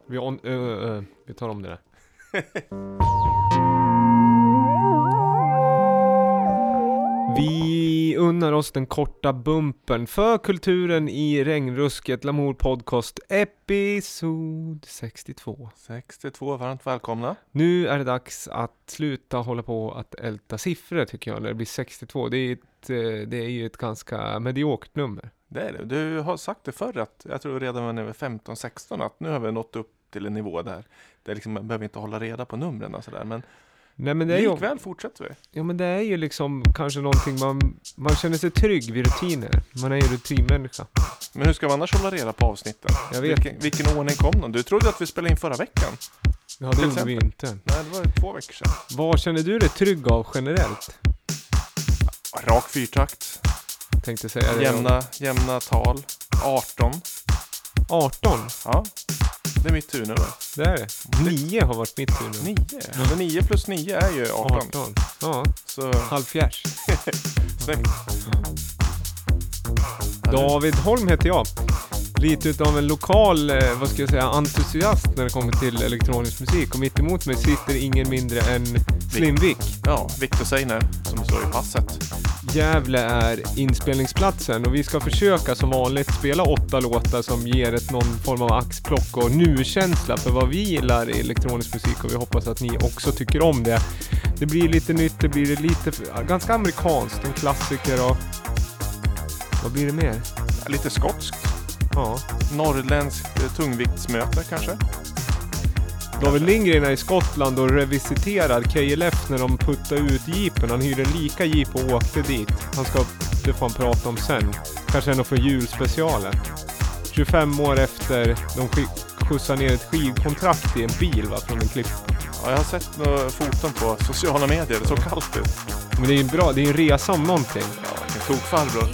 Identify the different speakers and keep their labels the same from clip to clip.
Speaker 1: Vi tar om det där. Vi unnar oss den korta bumpen för kulturen i regnrusket. Lamour podcast episod 62.
Speaker 2: 62, varmt välkomna.
Speaker 1: Nu är det dags att sluta hålla på att älta siffror tycker jag. När det blir 62. Det är ju ett ganska mediokert nummer.
Speaker 2: Det är det. Du har sagt det förr att jag tror redan när vi var 15-16 att nu har vi nått upp till en nivå där det liksom, man behöver inte hålla reda på numren och sådär. Men
Speaker 1: nej, men det är
Speaker 2: likväl ju, fortsätter vi.
Speaker 1: Ja, men det är ju liksom kanske någonting man känner sig trygg vid rutiner. Man är ju rutinmänniska.
Speaker 2: Men hur ska man annars hålla reda på avsnitten?
Speaker 1: Jag vet.
Speaker 2: Vilken ordning kom de? Du trodde att vi spelade in förra veckan.
Speaker 1: Ja, det gjorde vi inte.
Speaker 2: Nej, det var 2 veckor sedan.
Speaker 1: Vad känner du dig trygg av generellt?
Speaker 2: Rak fyrtakt.
Speaker 1: Tänkte säga det.
Speaker 2: Jämna tal. 18.
Speaker 1: 18?
Speaker 2: Ja, det är mitt tur nu då.
Speaker 1: Det är det. 9 har varit mitt tur nu.
Speaker 2: 9? Ja, men 9 plus 9 är ju 18.
Speaker 1: Ja,
Speaker 2: så
Speaker 1: halvfjärs.
Speaker 2: Snyggt.
Speaker 1: David Holm heter jag. Lite utav en lokal, entusiast när det kommer till elektronisk musik. Och mitt emot mig sitter ingen mindre än Slim Vic.
Speaker 2: Ja, Victor Seiner som står i passet.
Speaker 1: Gävle är inspelningsplatsen och vi ska försöka som vanligt spela 8 låtar som ger ett någon form av axplock och nu-känsla för vad vi gillar i elektronisk musik, och vi hoppas att ni också tycker om det. Det blir lite nytt, det blir lite ganska amerikanskt, en klassiker, och vad blir det mer?
Speaker 2: Lite skotskt.
Speaker 1: Ja.
Speaker 2: Norrländsk tungviktsmöte kanske.
Speaker 1: David Lindgren är i Skottland och revisiterar KLF när de puttar ut jeepen. Han hyrde en lika jeep och åkte dit. Det får han prata om sen. Kanske ändå för julspecialen. 25 år efter de skjutsar ner ett skivkontrakt i en bil från en klipp.
Speaker 2: Ja, jag har sett några foton på sociala medier. Det såg kallt ut.
Speaker 1: Men det är bra, det är en resa om någonting.
Speaker 2: Ja, vilken tokfarbror.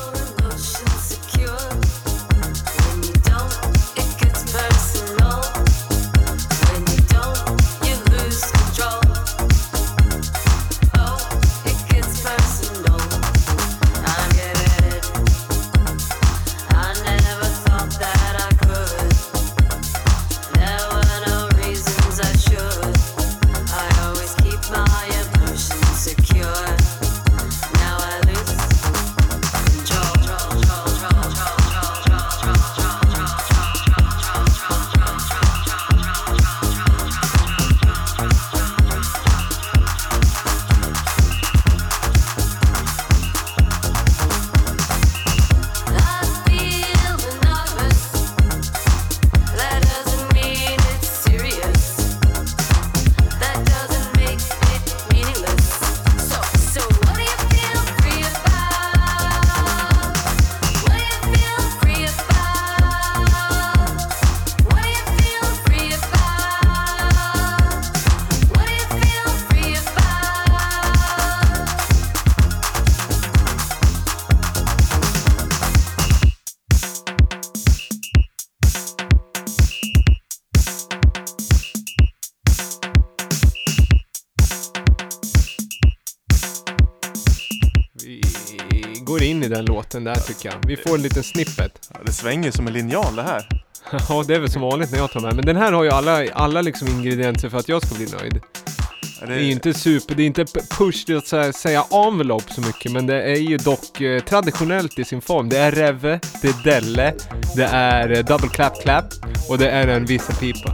Speaker 1: Går in i den låten där tycker jag. Vi får en liten snippet.
Speaker 2: Ja, det svänger som en linjal det här.
Speaker 1: Ja, det är väl som vanligt när jag tar med. Men den här har ju alla liksom ingredienser för att jag ska bli nöjd. Det är inte det är inte push det att säga envelope så mycket, men det är ju dock traditionellt i sin form. Det är reve, det är delle, det är double clap clap och det är en vissa pipa.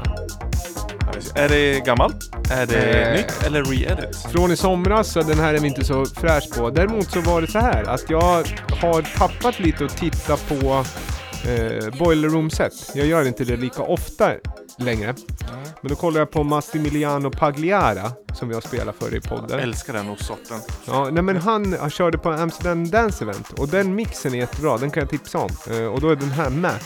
Speaker 2: Är det gammalt? Är det nytt eller re-edit?
Speaker 1: Från i somras, så den här är vi inte så fräsch på. Däremot så var det så här att jag har tappat lite att titta på Boiler Room set. Jag gör inte det lika ofta längre. Men då kollar jag på Massimiliano Pagliara som vi har spelat för i podden.
Speaker 2: Jag älskar den ostsorten.
Speaker 1: Ja, nej, men han körde på Amsterdam Dance Event och den mixen är jättebra, den kan jag tipsa om. Och då är den här med.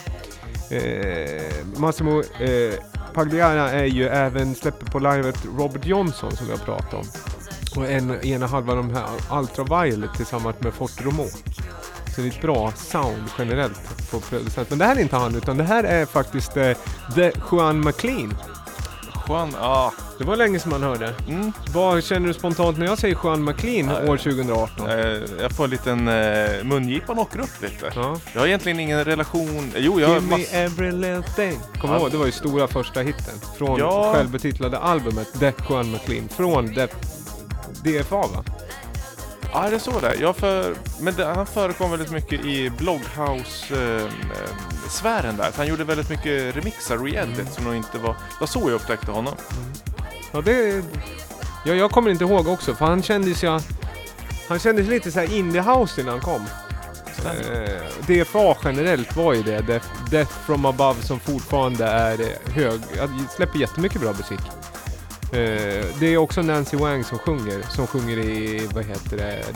Speaker 1: Massimo Pagliara är ju även släpper på livet Robert Johnson som vi har pratat om. Och ena halva de här Ultraviolet tillsammans med Forte Romo. Så det är ett bra sound generellt på producent. Men det här är inte han, utan det här är faktiskt The Juan McLean.
Speaker 2: Juan, ja.
Speaker 1: Det var länge som man hörde. Vad känner du spontant när jag säger Sean McLean år 2018?
Speaker 2: Jag får en liten mungipan åker upp lite.
Speaker 1: Ja.
Speaker 2: Jag har egentligen ingen relation. Jo, jag har
Speaker 1: Give me every little thing. Kommer du ihåg? Det var ju stora första hitten. Från självbetitlade albumet Death Sean McLean. Från DFA, va?
Speaker 2: Ja, det är så där. Men han förekom väldigt mycket i Blogghouse-sfären där. Han gjorde väldigt mycket remixar, re-edit, som nog inte var... Det var så jag upptäckte honom.
Speaker 1: Ja, jag kommer inte ihåg också, för han kändes lite så här indie-house innan han kom. DFA generellt var ju det. Death from Above, som fortfarande är hög. Jag släpper jättemycket bra musik. Det är också Nancy Wang som sjunger i vad heter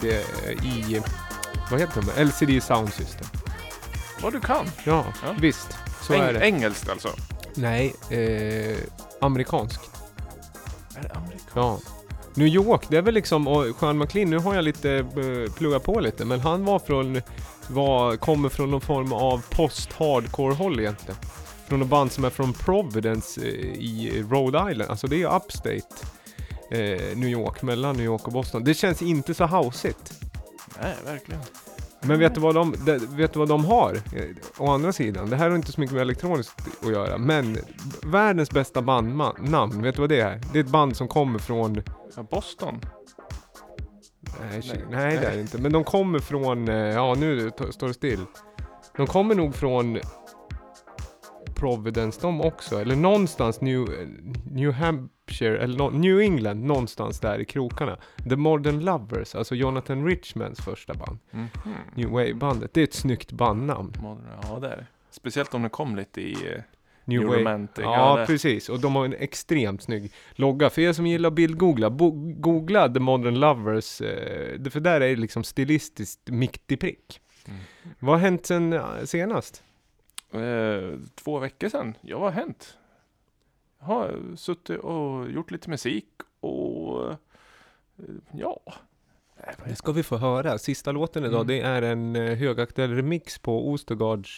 Speaker 1: de? LCD Sound System.
Speaker 2: Vad du kan.
Speaker 1: Ja. Visst. Så är det.
Speaker 2: Engelskt alltså?
Speaker 1: Nej, amerikansk.
Speaker 2: Är det amerikanskt?
Speaker 1: Ja. New York, det är väl liksom, och Sean McLean, nu har jag lite pluggat på lite, men han kommer från någon form av post-hardcore håll egentligen. Från en band som är från Providence i Rhode Island. Alltså det är upstate New York, mellan New York och Boston. Det känns inte så houseigt.
Speaker 2: Nej, verkligen.
Speaker 1: Men vet du vad de har? Å andra sidan, det här har inte så mycket med elektroniskt att göra, men världens bästa bandnamn, vet du vad det är? Det är ett band som kommer från...
Speaker 2: Boston?
Speaker 1: Nej, det är det inte. Men de kommer från... nu står det still. De kommer nog från... Providence, de också, eller någonstans New Hampshire eller New England, någonstans där i krokarna. The Modern Lovers, alltså Jonathan Richmans första band. New Wave-bandet, det är ett snyggt bandnamn.
Speaker 2: Ja, det är det. Speciellt om det kom lite i
Speaker 1: New Wave.
Speaker 2: Romantic.
Speaker 1: Ja, precis. Och de har en extremt snygg logga. För er som gillar bildgoogla, googla The Modern Lovers, för där är det liksom stilistiskt mitt i prick. Vad har hänt sen senast?
Speaker 2: 2 veckor sedan. Ja, vad har hänt? Jag har suttit och gjort lite musik och
Speaker 1: Det ska vi få höra. Sista låten idag, det är en högaktuell remix på Ostergaards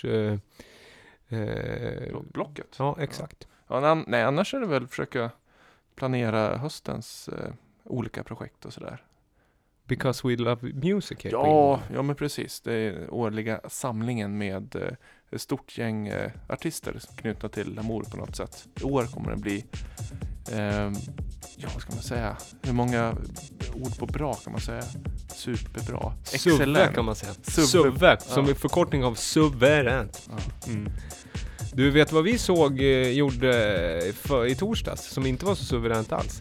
Speaker 2: blocket.
Speaker 1: Ja, exakt.
Speaker 2: Ja, nej, annars är det väl försöka planera höstens olika projekt och sådär.
Speaker 1: Because we love music.
Speaker 2: Ja, men precis. Det är årliga samlingen med ett stort gäng artister knutna till Lamour på något sätt. I år kommer det bli, vad ska man säga? Hur många ord på bra kan man säga? Superbra.
Speaker 1: Excellent kan man säga. Subve, som är förkortning av suveränt. Ja. Du vet vad vi gjorde i torsdags som inte var så suveränt alls?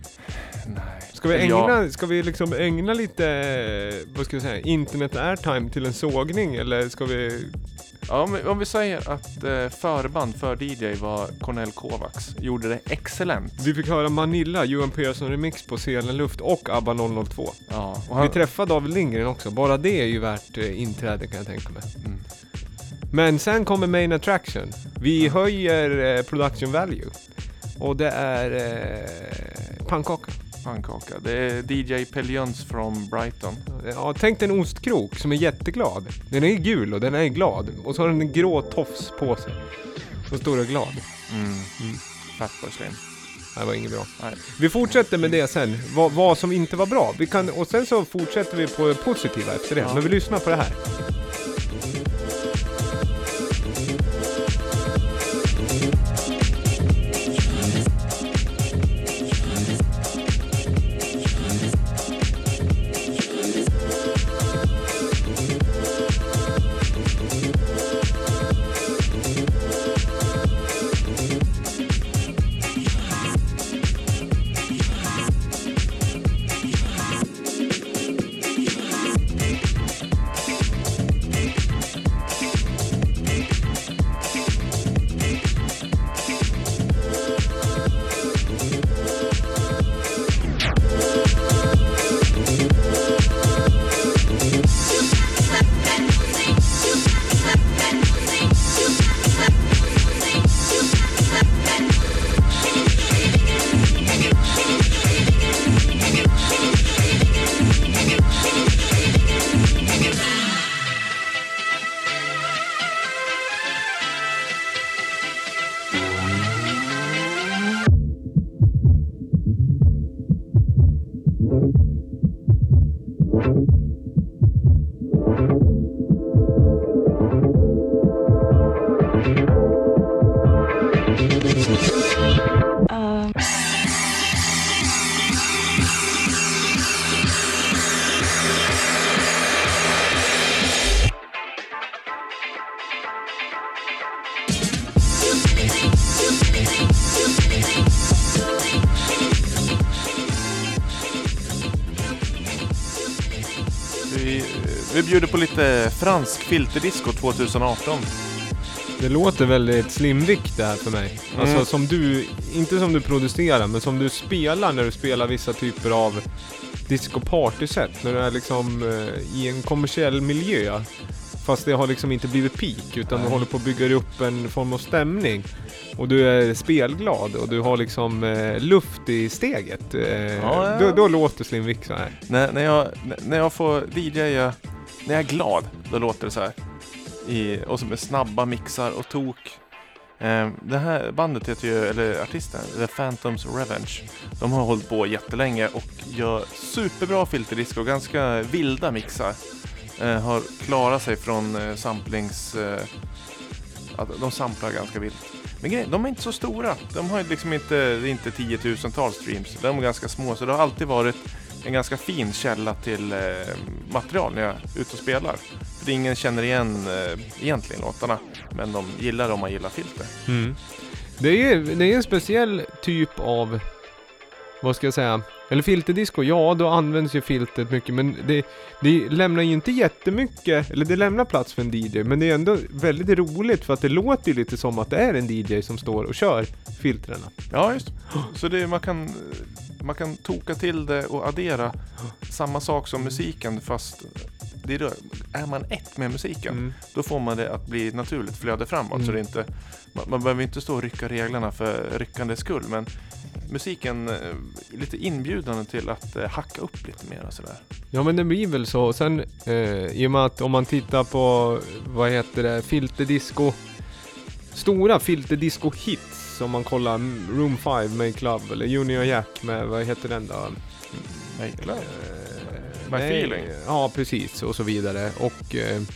Speaker 2: Nej.
Speaker 1: Ska vi liksom ägna lite, vad ska jag säga, internet airtime till en sågning, eller ska vi...
Speaker 2: Ja, om vi säger att förband för DJ var Cornel Kovacs, gjorde det excellent.
Speaker 1: Vi fick höra Manilla, Johan Persson remix på Selen Luft och ABBA 002.
Speaker 2: Ja,
Speaker 1: vi träffade David Lindgren också, bara det är ju värt inträde kan jag tänka mig. Men sen kommer Main Attraction. Vi höjer production value. Och det är pannkaka.
Speaker 2: Det är DJ Pellions från Brighton.
Speaker 1: Ja, tänk en ostkrok som är jätteglad. Den är gul och den är glad. Och så har den en grå tofs på sig. Och står och glad.
Speaker 2: Fatboy Slim.
Speaker 1: Det var inget bra.
Speaker 2: Nej.
Speaker 1: Vi fortsätter med det sen. Vad som inte var bra. Och sen så fortsätter vi på det positiva efter det. Ja. Men vi lyssnar på det här.
Speaker 2: Vi bjuder på lite fransk filterdisco 2018.
Speaker 1: Det låter väldigt slimvikt det här för mig. Alltså som du, inte som du producerar, men som du spelar när du spelar vissa typer av disco party-set. När du är liksom i en kommersiell miljö. Fast det har liksom inte blivit peak, utan du håller på att bygga upp en form av stämning. Och du är spelglad och du har liksom luft i steget. Då låter slimvikt så här.
Speaker 2: När jag får DJa, när jag är glad, då låter det så här. Och med snabba mixar och tok. Det här bandet heter ju, eller artisten, The Phantoms Revenge. De har hållit på jättelänge och gör superbra filterdisco och ganska vilda mixar. Har klarat sig från samplings... de samplar ganska vilt. Men grejen, de är inte så stora. De har liksom inte 10 000-tals streams. De är ganska små, så det har alltid varit en ganska fin källa till material när jag är ute och spelar. För ingen känner igen egentligen låtarna, men de gillar om man gillar filter.
Speaker 1: Det är en speciell typ av, vad ska jag säga, eller filterdisco. Ja, då används ju filtret mycket, men det lämnar ju inte jättemycket, eller det lämnar plats för en DJ, men det är ändå väldigt roligt för att det låter ju lite som att det är en DJ som står och kör filtrerna.
Speaker 2: Ja, just. Så det, man kan toka till det och addera samma sak som musiken, fast är man ett med musiken, då får man det att bli naturligt flöde framåt. Så det är inte, man behöver inte stå och rycka reglerna för ryckandets skull, men musiken är lite inbjudande till att hacka upp lite mer och sådär.
Speaker 1: Ja, men det blir väl så. Sen i och med att om man tittar på, vad heter det, filterdisco, stora filterdisco hits, om man kollar Room 5 Make Love eller Junior Jack med, vad heter den då?
Speaker 2: Make Love? My Feeling?
Speaker 1: Ja, precis, och så vidare. Och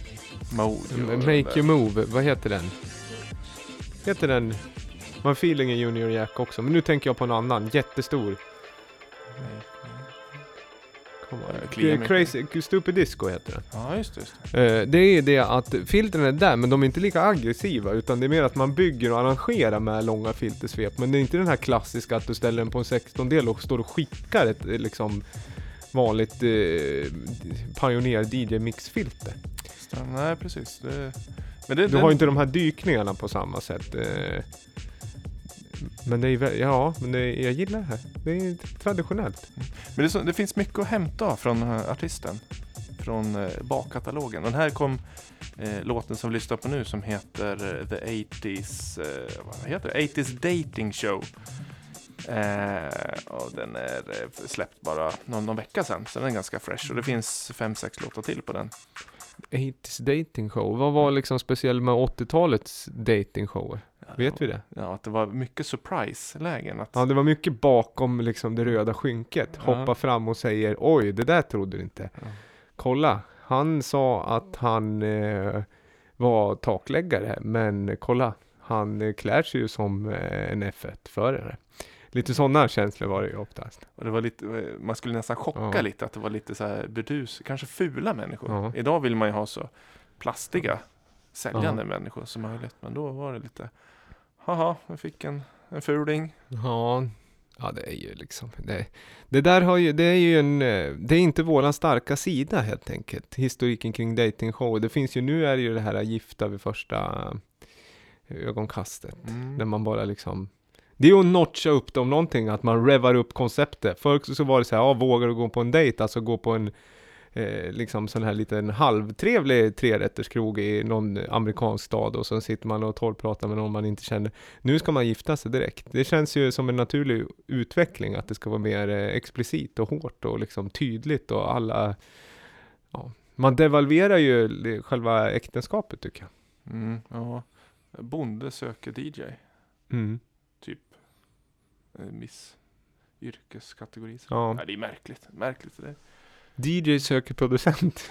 Speaker 1: Make You Move, vad heter den? Heter den My Feeling är Junior Jack också, men nu tänker jag på en annan, jättestor. Crazy Stupid Disco heter den.
Speaker 2: Ja, just
Speaker 1: det är det att filtren är där, men de är inte lika aggressiva, utan det är mer att man bygger och arrangerar med långa filtersvep. Men det är inte den här klassiska att du ställer den på en 16-del och står och skickar ett liksom vanligt Pioneer DJ mixfilter.
Speaker 2: Nej, precis.
Speaker 1: Du har inte de här dykningarna på samma sätt. Men det är jag gillar det här. Det är traditionellt.
Speaker 2: Men det finns mycket att hämta från artisten, från bakkatalogen. Den här kom låten som vi lyssnar på nu, som heter The 80s vad heter det? 80s Dating Show. Och den är släppt bara någon vecka sedan, så den är ganska fresh. Och det finns 5-6 låtar till på den.
Speaker 1: 80s Dating Show. Vad var liksom speciellt med 80-talets dating shower? Vet vi det?
Speaker 2: Ja, att det var mycket surprise-lägen.
Speaker 1: Ja, det var mycket bakom liksom det röda skynket. Hoppa fram och säger, oj, det där trodde du inte. Ja. Kolla, han sa att han var takläggare, men kolla, han klär sig ju som en F1-förare. Lite sådana känslor var det ju oftast.
Speaker 2: Och det var lite, man skulle nästan chocka lite att det var lite så här burdus, kanske fula människor. Ja. Idag vill man ju ha så plastiga, säljande människor som möjligt. Men då var det lite, haha, jag fick en fuling.
Speaker 1: Ja, det är ju liksom, det där har ju, det är ju det är inte våran starka sida helt enkelt. Historiken kring dating show. Det finns ju, nu är det ju det här gifta vid första ögonkastet. Där man bara liksom, det är att notcha upp dem någonting, att man revar upp konceptet. Förr så var det så här, vågar du gå på en dejt, alltså gå på en liksom sån här liten halvtrevlig trerätterskrog i någon amerikansk stad, och så sitter man och torrpratar med någon man inte känner. Nu ska man gifta sig direkt. Det känns ju som en naturlig utveckling att det ska vara mer explicit och hårt och liksom tydligt, och alla, man devalverar ju själva äktenskapet, tycker jag.
Speaker 2: Ja. Bonde söker DJ. Typ miss yrkeskategori. Ja. Nej, det är märkligt det.
Speaker 1: DJ söker producent.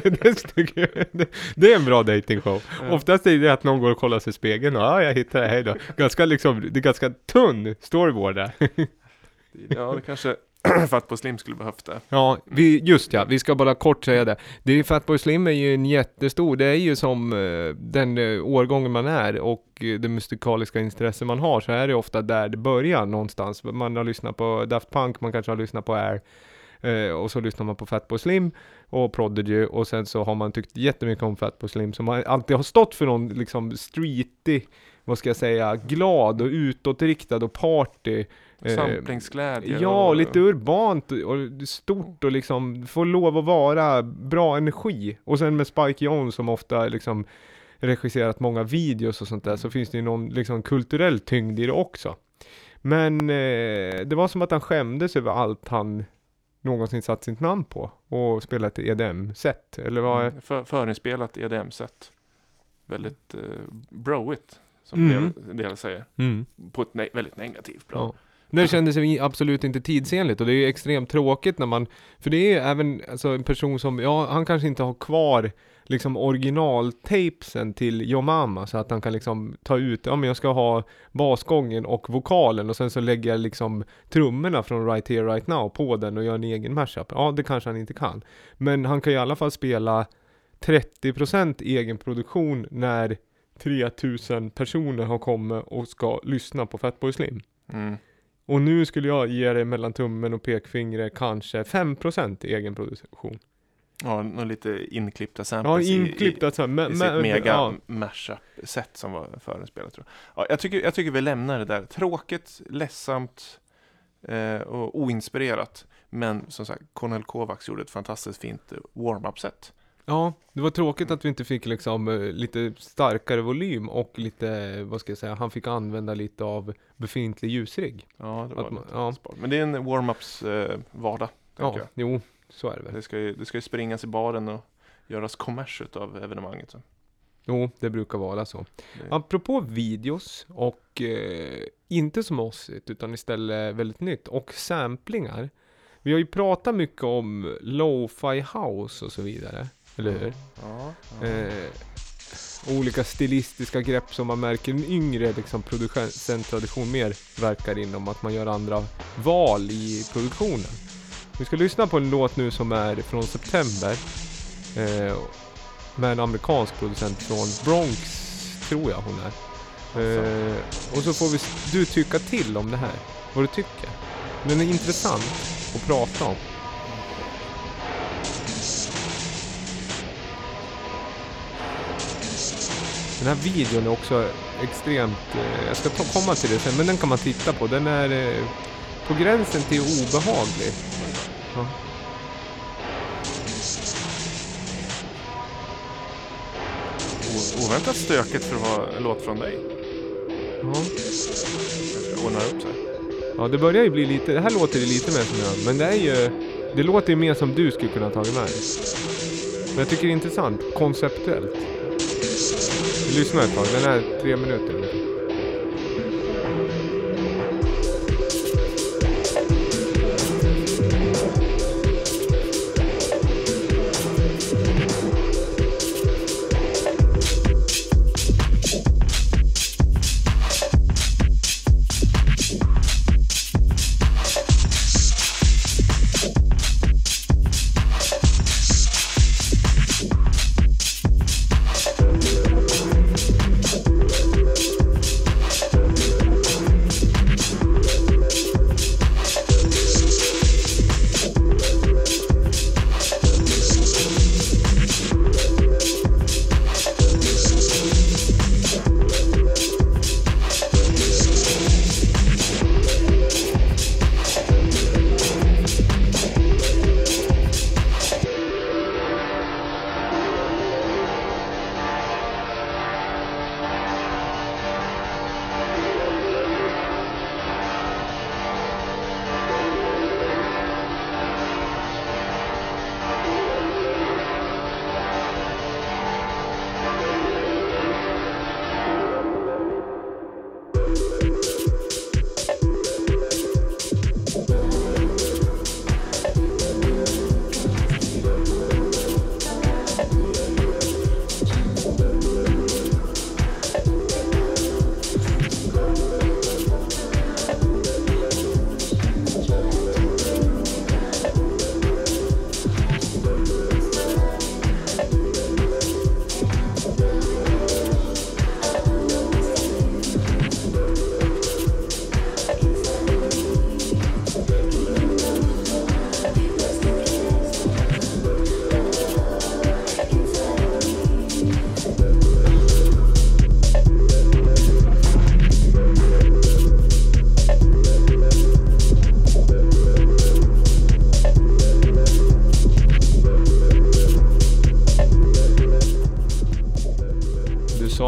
Speaker 1: Det är en bra dating-show. Ja. Oftast är det att någon går och kollar sig i spegeln och jag hittar det här då. Det är ganska tunn storyboard där.
Speaker 2: Ja, det kanske Fatboy Slim skulle behövt det.
Speaker 1: Ja, vi ska bara kort säga det. Det är Fatboy Slim är ju en jättestor, det är ju som den årgången man är och det musikaliska intresse man har, så är det ofta där det börjar någonstans. Man har lyssnat på Daft Punk, man kanske har lyssnat på Air. Och så lyssnar man på Fatboy Slim och Prodigy, och sen så har man tyckt jättemycket om Fatboy Slim, som alltid har stått för någon liksom streety, vad ska jag säga, glad och utåtriktad och party.
Speaker 2: Samplingsglädje.
Speaker 1: Ja, och lite urbant och stort och liksom får lov att vara bra energi. Och sen med Spike Jonze som ofta liksom regisserat många videos och sånt där, så finns det ju någon liksom kulturell tyngd i det också. Men det var som att han skämdes över allt han någonsin satt sitt namn på och spelat EDM-set, eller vad?
Speaker 2: Förinspelat EDM-set. Väldigt broigt, som en del säger. På ett väldigt negativt plan. Ja.
Speaker 1: Det kändes absolut inte tidsenligt, och det är ju extremt tråkigt när man, för det är även alltså, en person som, han kanske inte har kvar liksom originaltapesen till Yo Mama, så att han kan liksom ta ut, men jag ska ha basgången och vokalen, och sen så lägger jag liksom trummorna från Right Here Right Now på den och gör en egen mashup. Ja, det kanske han inte kan. Men han kan i alla fall spela 30% egen produktion när 3000 personer har kommit och ska lyssna på Fatboy Slim. Och nu skulle jag ge det mellan tummen och pekfingret kanske 5% egen produktion.
Speaker 2: Ja, någon lite inklippta samples i sitt mega mashup-set som var förinspelat, tror jag. Ja, jag tycker vi lämnar det där. Tråkigt, ledsamt och oinspirerat. Men som sagt, Cornel Kovacs gjorde ett fantastiskt fint warm-up-set.
Speaker 1: Ja, det var tråkigt att vi inte fick liksom lite starkare volym och lite, vad ska jag säga, han fick använda lite av befintlig ljusrigg.
Speaker 2: Ja, det var sport. Men det är en warm-ups vardag, tänker jag.
Speaker 1: Jo, så är det väl.
Speaker 2: Det ska ju springas i baren och göras kommers av evenemanget. Så.
Speaker 1: Jo, det brukar vara så. Apropå videos och inte som oss, utan istället väldigt nytt, och samplingar. Vi har ju pratat mycket om lo-fi house och så vidare. Eller hur?
Speaker 2: Ja.
Speaker 1: Olika stilistiska grepp som man märker en yngre liksom, producenttradition mer verkar inom, att man gör andra val i produktionen. Vi ska lyssna på en låt nu som är från september med en amerikansk producent från Bronx, tror jag hon är. Och så får du tycka till om det här, vad du tycker. Den är intressant att prata om. Den här videon är också extremt, jag ska komma till det sen, men den kan man titta på. Den är på gränsen till obehaglig. Ja.
Speaker 2: Oväntat stökigt för att vara en låt från dig.
Speaker 1: Ja.
Speaker 2: Jag ordnar upp så här.
Speaker 1: Ja, det börjar ju bli lite, det här låter ju lite mer som jag, men det låter ju mer som du skulle kunna ta med. Men jag tycker det är intressant, konceptuellt. Lyssna ett tag, den är 3 minuter.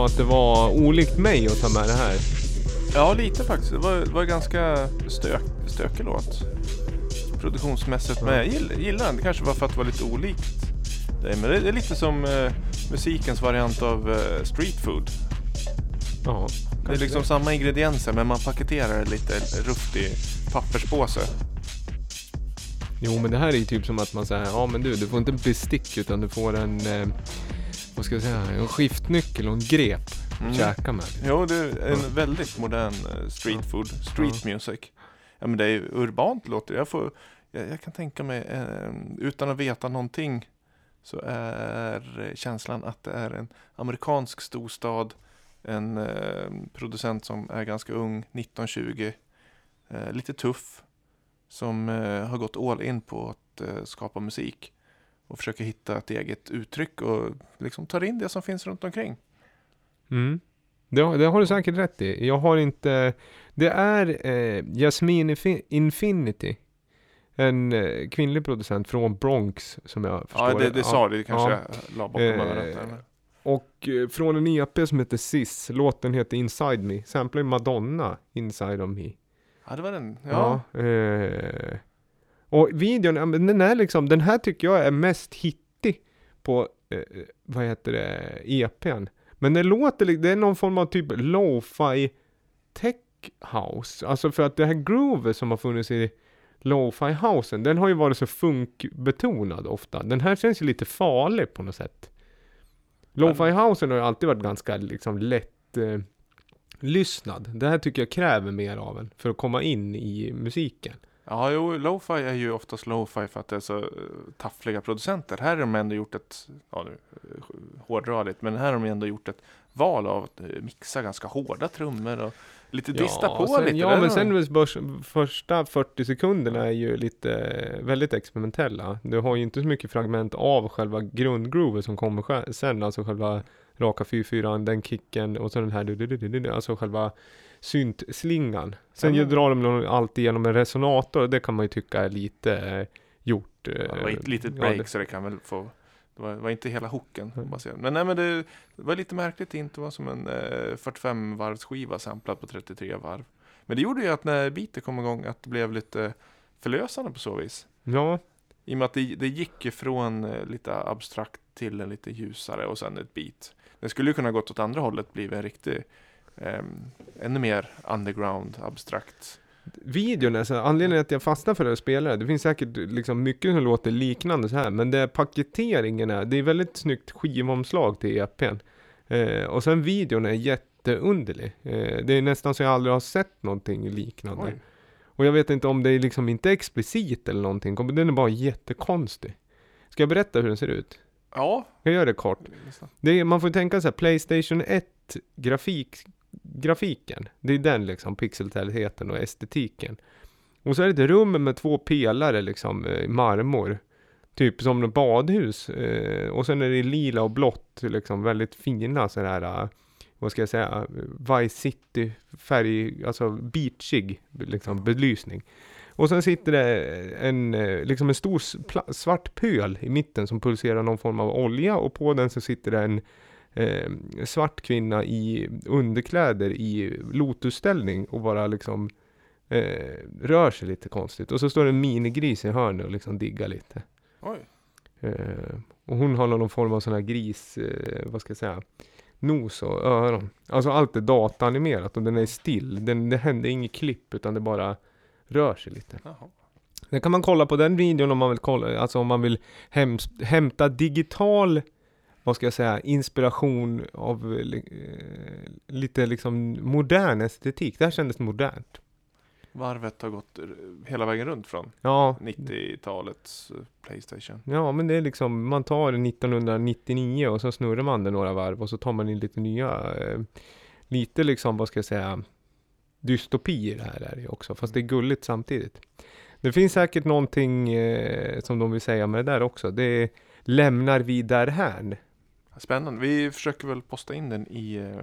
Speaker 1: jag att det var olikt mig att ta med det här.
Speaker 2: Ja, lite faktiskt. Det var ganska stökig låt. Produktionsmässigt. Men jag gillar den. Det kanske var för att det var lite olikt det. Men det är lite som musikens variant av street food.
Speaker 1: Ja,
Speaker 2: det är liksom samma ingredienser, men man paketerar det lite rufft i papperspåse.
Speaker 1: Jo, men det här är ju typ som att man säger, ja men du får inte en bestick utan du får en, vad ska jag säga, en skiftnyckel och en grep att käka med.
Speaker 2: Jo, det är en väldigt modern street food, street music. Ja, men det är ju urbant låter. Jag kan tänka mig, utan att veta någonting, så är känslan att det är en amerikansk storstad, en producent som är ganska ung, 19-20, lite tuff, som har gått all in på att skapa musik och försöker hitta ett eget uttryck och liksom tar in det som finns runt omkring.
Speaker 1: Det har du säkert rätt i. Jag har inte... Det är Jasmine Infinity, en kvinnlig producent från Bronx som jag förstår.
Speaker 2: Ja, det sa det kanske la bakom örat.
Speaker 1: Och från en EP som heter Sis, låten heter Inside Me, samplar Madonna Inside of Me.
Speaker 2: Ja, det var den. Ja.
Speaker 1: Och videon, den här tycker jag är mest hittig på EP:n. Men det låter, det är någon form av typ lo-fi tech house. Alltså för att det här groove som har funnits i lo-fi housen, den har ju varit så funkbetonad ofta. Den här känns ju lite farlig på något sätt. Lo-fi housen har ju alltid varit ganska liksom lätt lyssnad. Det här tycker jag kräver mer av en för att komma in i musiken.
Speaker 2: Ja, jo, lo-fi är ju oftast lo-fi för att det är så taffliga producenter. Här har de ändå gjort ett, hårdradigt, men här har de ändå gjort ett val av att mixa ganska hårda trummor och lite dista på
Speaker 1: sen,
Speaker 2: lite.
Speaker 1: Ja, men sen första 40 sekunderna är ju lite väldigt experimentella. Du har ju inte så mycket fragment av själva grundgrooven som kommer sen, alltså själva raka 4-4, den kicken och så den här, alltså själva syntslingan. Sen drar de alltid genom en resonator och det kan man ju tycka är lite gjort.
Speaker 2: Det var ett litet break så det kan väl få... Det var inte hela hooken. Men nej, men det var lite märkligt. Det inte var som en 45 varvs skiva samplad på 33 varv. Men det gjorde ju att när beatet kom igång att det blev lite förlösande på så vis.
Speaker 1: Ja.
Speaker 2: I och med att det gick ifrån lite abstrakt till en lite ljusare och sen ett beat. Det skulle ju kunna gått åt andra hållet, blivit en riktig ännu mer underground, abstrakt.
Speaker 1: Videon, alltså, anledningen att jag fastnar för det och spelar det finns säkert liksom mycket som låter liknande så här, men det paketeringen det är väldigt snyggt skivomslag till EP:n. Och sen videon är jätteunderlig. Det är nästan så jag aldrig har sett någonting liknande. Oj. Och jag vet inte om det är liksom inte explicit eller någonting, den är bara jättekonstig. Ska jag berätta hur den ser ut?
Speaker 2: Ja.
Speaker 1: Jag gör det kort. Man får tänka så här, PlayStation 1 grafiken. Det är den liksom, pixeltätheten och estetiken. Och så är det ett rum med 2 pelare liksom, marmor. Typ som ett badhus. Och sen är det lila och blått liksom, väldigt fina så här, vad ska jag säga, Vice City färg, alltså beachig liksom, belysning. Och sen sitter det liksom en stor svart pöl i mitten som pulserar någon form av olja, och på den så sitter det en svart kvinna i underkläder i lotusställning och bara liksom rör sig lite konstigt. Och så står det en minigris i hörnet och liksom diggar lite.
Speaker 2: Oj.
Speaker 1: Och hon har någon form av sån här gris, vad ska jag säga, nos och öron. Alltså allt är dataanimerat och den är still. Det händer inget klipp utan det bara rör sig lite.
Speaker 2: Jaha.
Speaker 1: Det kan man kolla på den videon om man vill kolla, alltså om man vill hämta digital, vad ska jag säga, inspiration av lite liksom modern estetik. Det här kändes modernt.
Speaker 2: Varvet har gått hela vägen runt från 90-talets PlayStation.
Speaker 1: Ja, men det är liksom, man tar 1999 och så snurrar man det några varv och så tar man in lite nya, lite liksom, vad ska jag säga, dystopier här är det också, fast det är gulligt samtidigt. Det finns säkert någonting som de vill säga med det där också. Det lämnar vi därhän.
Speaker 2: Spännande. Vi försöker väl posta in den i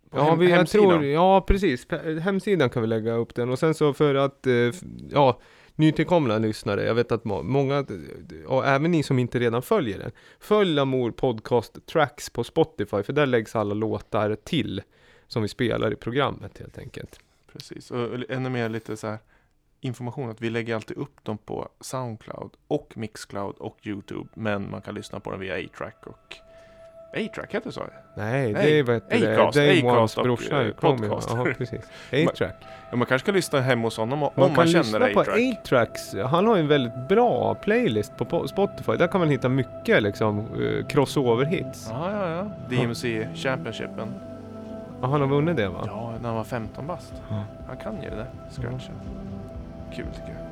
Speaker 1: hemsidan. Ja, precis. Hemsidan kan vi lägga upp den. Och sen så för att nytillkomna lyssnare, jag vet att många, och även ni som inte redan följer den, följ Amour Podcast Tracks på Spotify, för där läggs alla låtar till som vi spelar i programmet helt enkelt.
Speaker 2: Precis, och ännu mer lite så här information att vi lägger alltid upp dem på Soundcloud och Mixcloud och YouTube, men man kan lyssna på dem via A-Track och A-Track heter det så?
Speaker 1: Nej, det är
Speaker 2: Acast
Speaker 1: Ones
Speaker 2: och
Speaker 1: brorsa.
Speaker 2: podcast.
Speaker 1: Ja, precis. A-Track.
Speaker 2: Ja, man kanske ska lyssna hemma hos honom om
Speaker 1: Man
Speaker 2: man
Speaker 1: kan
Speaker 2: känner
Speaker 1: lyssna på
Speaker 2: A-Track.
Speaker 1: A-Tracks. Han har en väldigt bra playlist på Spotify. Där kan man hitta mycket liksom crossover-hits.
Speaker 2: Ja. DMC Championshipen.
Speaker 1: Ja, han har vunnit det, va?
Speaker 2: Ja, när han var 15 bast.
Speaker 1: Ja.
Speaker 2: Han kan ju det där. Scratchen. Kul tycker jag.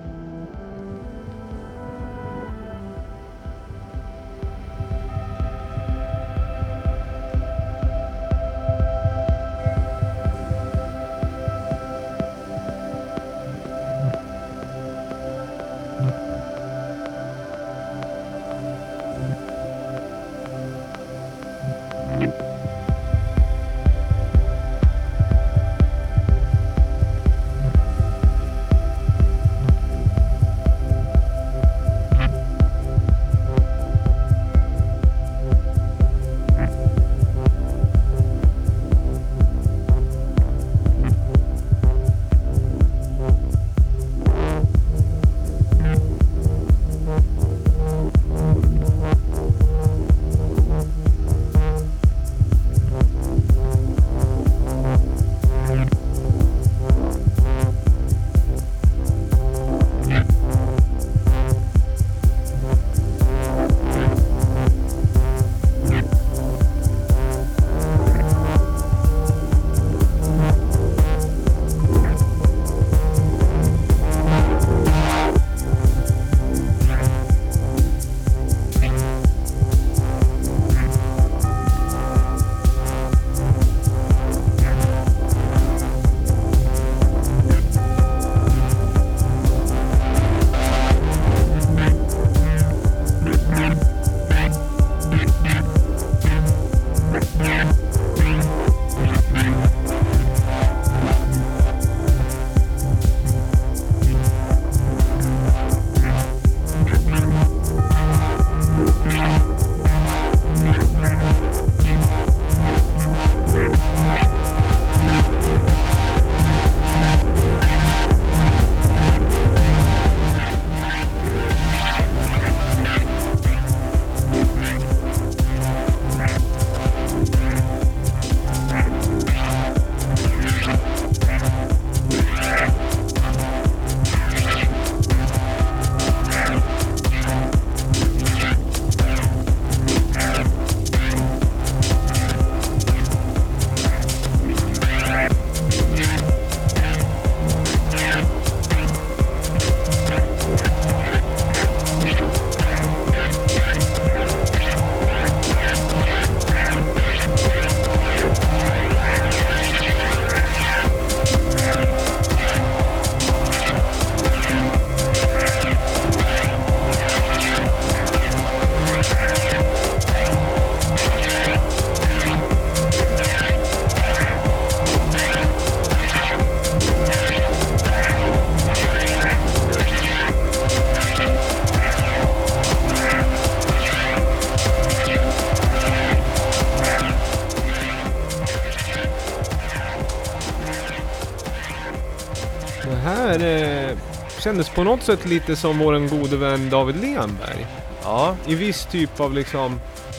Speaker 1: här kändes på något sätt lite som våran gode vän David Lenberg.
Speaker 2: Ja.
Speaker 1: I viss typ av liksom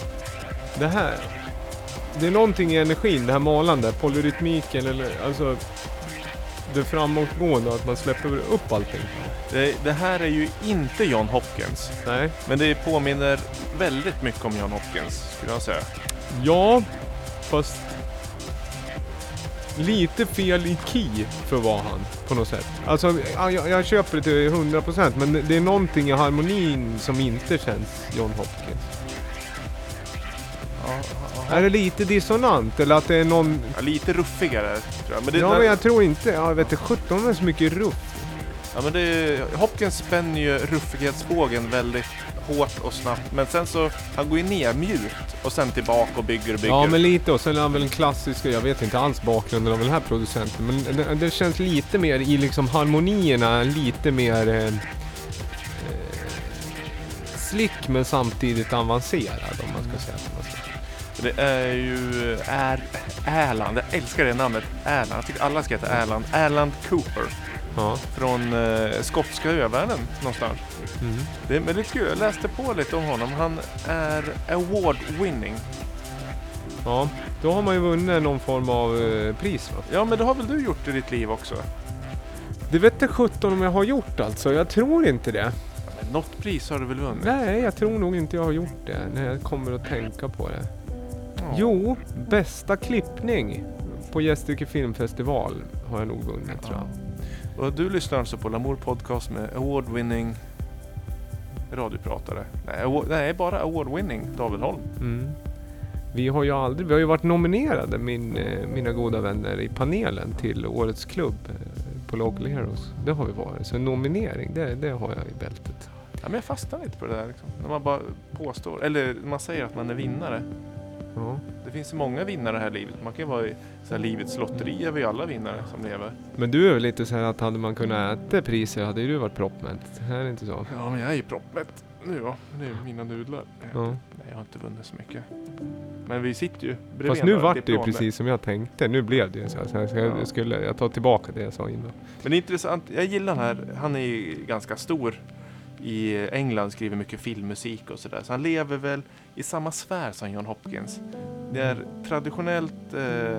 Speaker 1: det här. Det är någonting i energin, det här malande, polyrytmiken eller alltså det framåtgående, att man släpper upp allting.
Speaker 2: Det här är ju inte John Hopkins.
Speaker 1: Nej.
Speaker 2: Men det påminner väldigt mycket om John Hopkins, skulle jag säga.
Speaker 1: Ja, fast lite fel i key för vad han på något sätt. Alltså jag köper det till 100%, men det är någonting i harmonin som inte känns John Hopkins. Är det lite dissonant eller att det är någon...
Speaker 2: Ja, lite ruffigare tror jag. Men det
Speaker 1: ja, men jag tror inte. Jag vet inte, 17 är så mycket ruff.
Speaker 2: Ja, men Hopkins spänner ju ruffighetsbågen väldigt hårt och snabbt. Men sen så, han går ju ner mjukt och sen tillbaka och bygger.
Speaker 1: Ja, men lite. Och sen är han väl en klassisk, jag vet inte alls bakgrunden av den här producenten. Men det känns lite mer i liksom harmonierna, lite mer slick men samtidigt avancerad om man ska säga.
Speaker 2: Det är ju Erland, jag älskar det namnet, Erland. Jag tycker alla ska heta Erland. Erland Cooper.
Speaker 1: Ja.
Speaker 2: Från skotska övärlden någonstans.
Speaker 1: Mm.
Speaker 2: Det är väldigt kul, jag läste på lite om honom. Han är award-winning.
Speaker 1: Ja, då har man ju vunnit någon form av pris, va?
Speaker 2: Ja, men det har väl du gjort i ditt liv också?
Speaker 1: Det vet jag 17 om jag har gjort alltså, jag tror inte det.
Speaker 2: Men något pris har du väl vunnit?
Speaker 1: Nej, jag tror nog inte jag har gjort det när jag kommer att tänka på det.
Speaker 2: Ja.
Speaker 1: Jo, bästa klippning på Gästrike filmfestival har jag nog vunnit, tror jag.
Speaker 2: Och du lyssnar alltså på Lamour Podcast med award-winning radiopratare. Nej, bara award-winning David Holm.
Speaker 1: Mm. Vi har ju varit nominerade, mina goda vänner i panelen till Årets klubb på Local Heroes. Det har vi varit. Så en nominering, det har jag i bältet.
Speaker 2: Ja, men jag fastnar lite på det där liksom. När man bara påstår, eller man säger att man är vinnare.
Speaker 1: Ja.
Speaker 2: Det finns så många vinnare här i livet. Man kan ju vara i så här, livets lotteri är vi alla vinnare som lever.
Speaker 1: Men du är väl lite så här att hade man kunnat äta priser hade ju du varit proppmätt. Det här är inte så.
Speaker 2: Ja, men jag är ju proppmätt nu då. Nu är mina nudlar.
Speaker 1: Ja.
Speaker 2: Nej, jag har inte vunnit så mycket. Men vi sitter ju bredvid.
Speaker 1: Fast nu vart det ju precis som jag tänkte. Nu blev det ju så här. Jag tar tillbaka det jag sa innan.
Speaker 2: Men det är intressant. Jag gillar den här. Han är ju ganska stor i England, skriver mycket filmmusik och sådär. Så han lever väl i samma sfär som John Hopkins. Det är traditionellt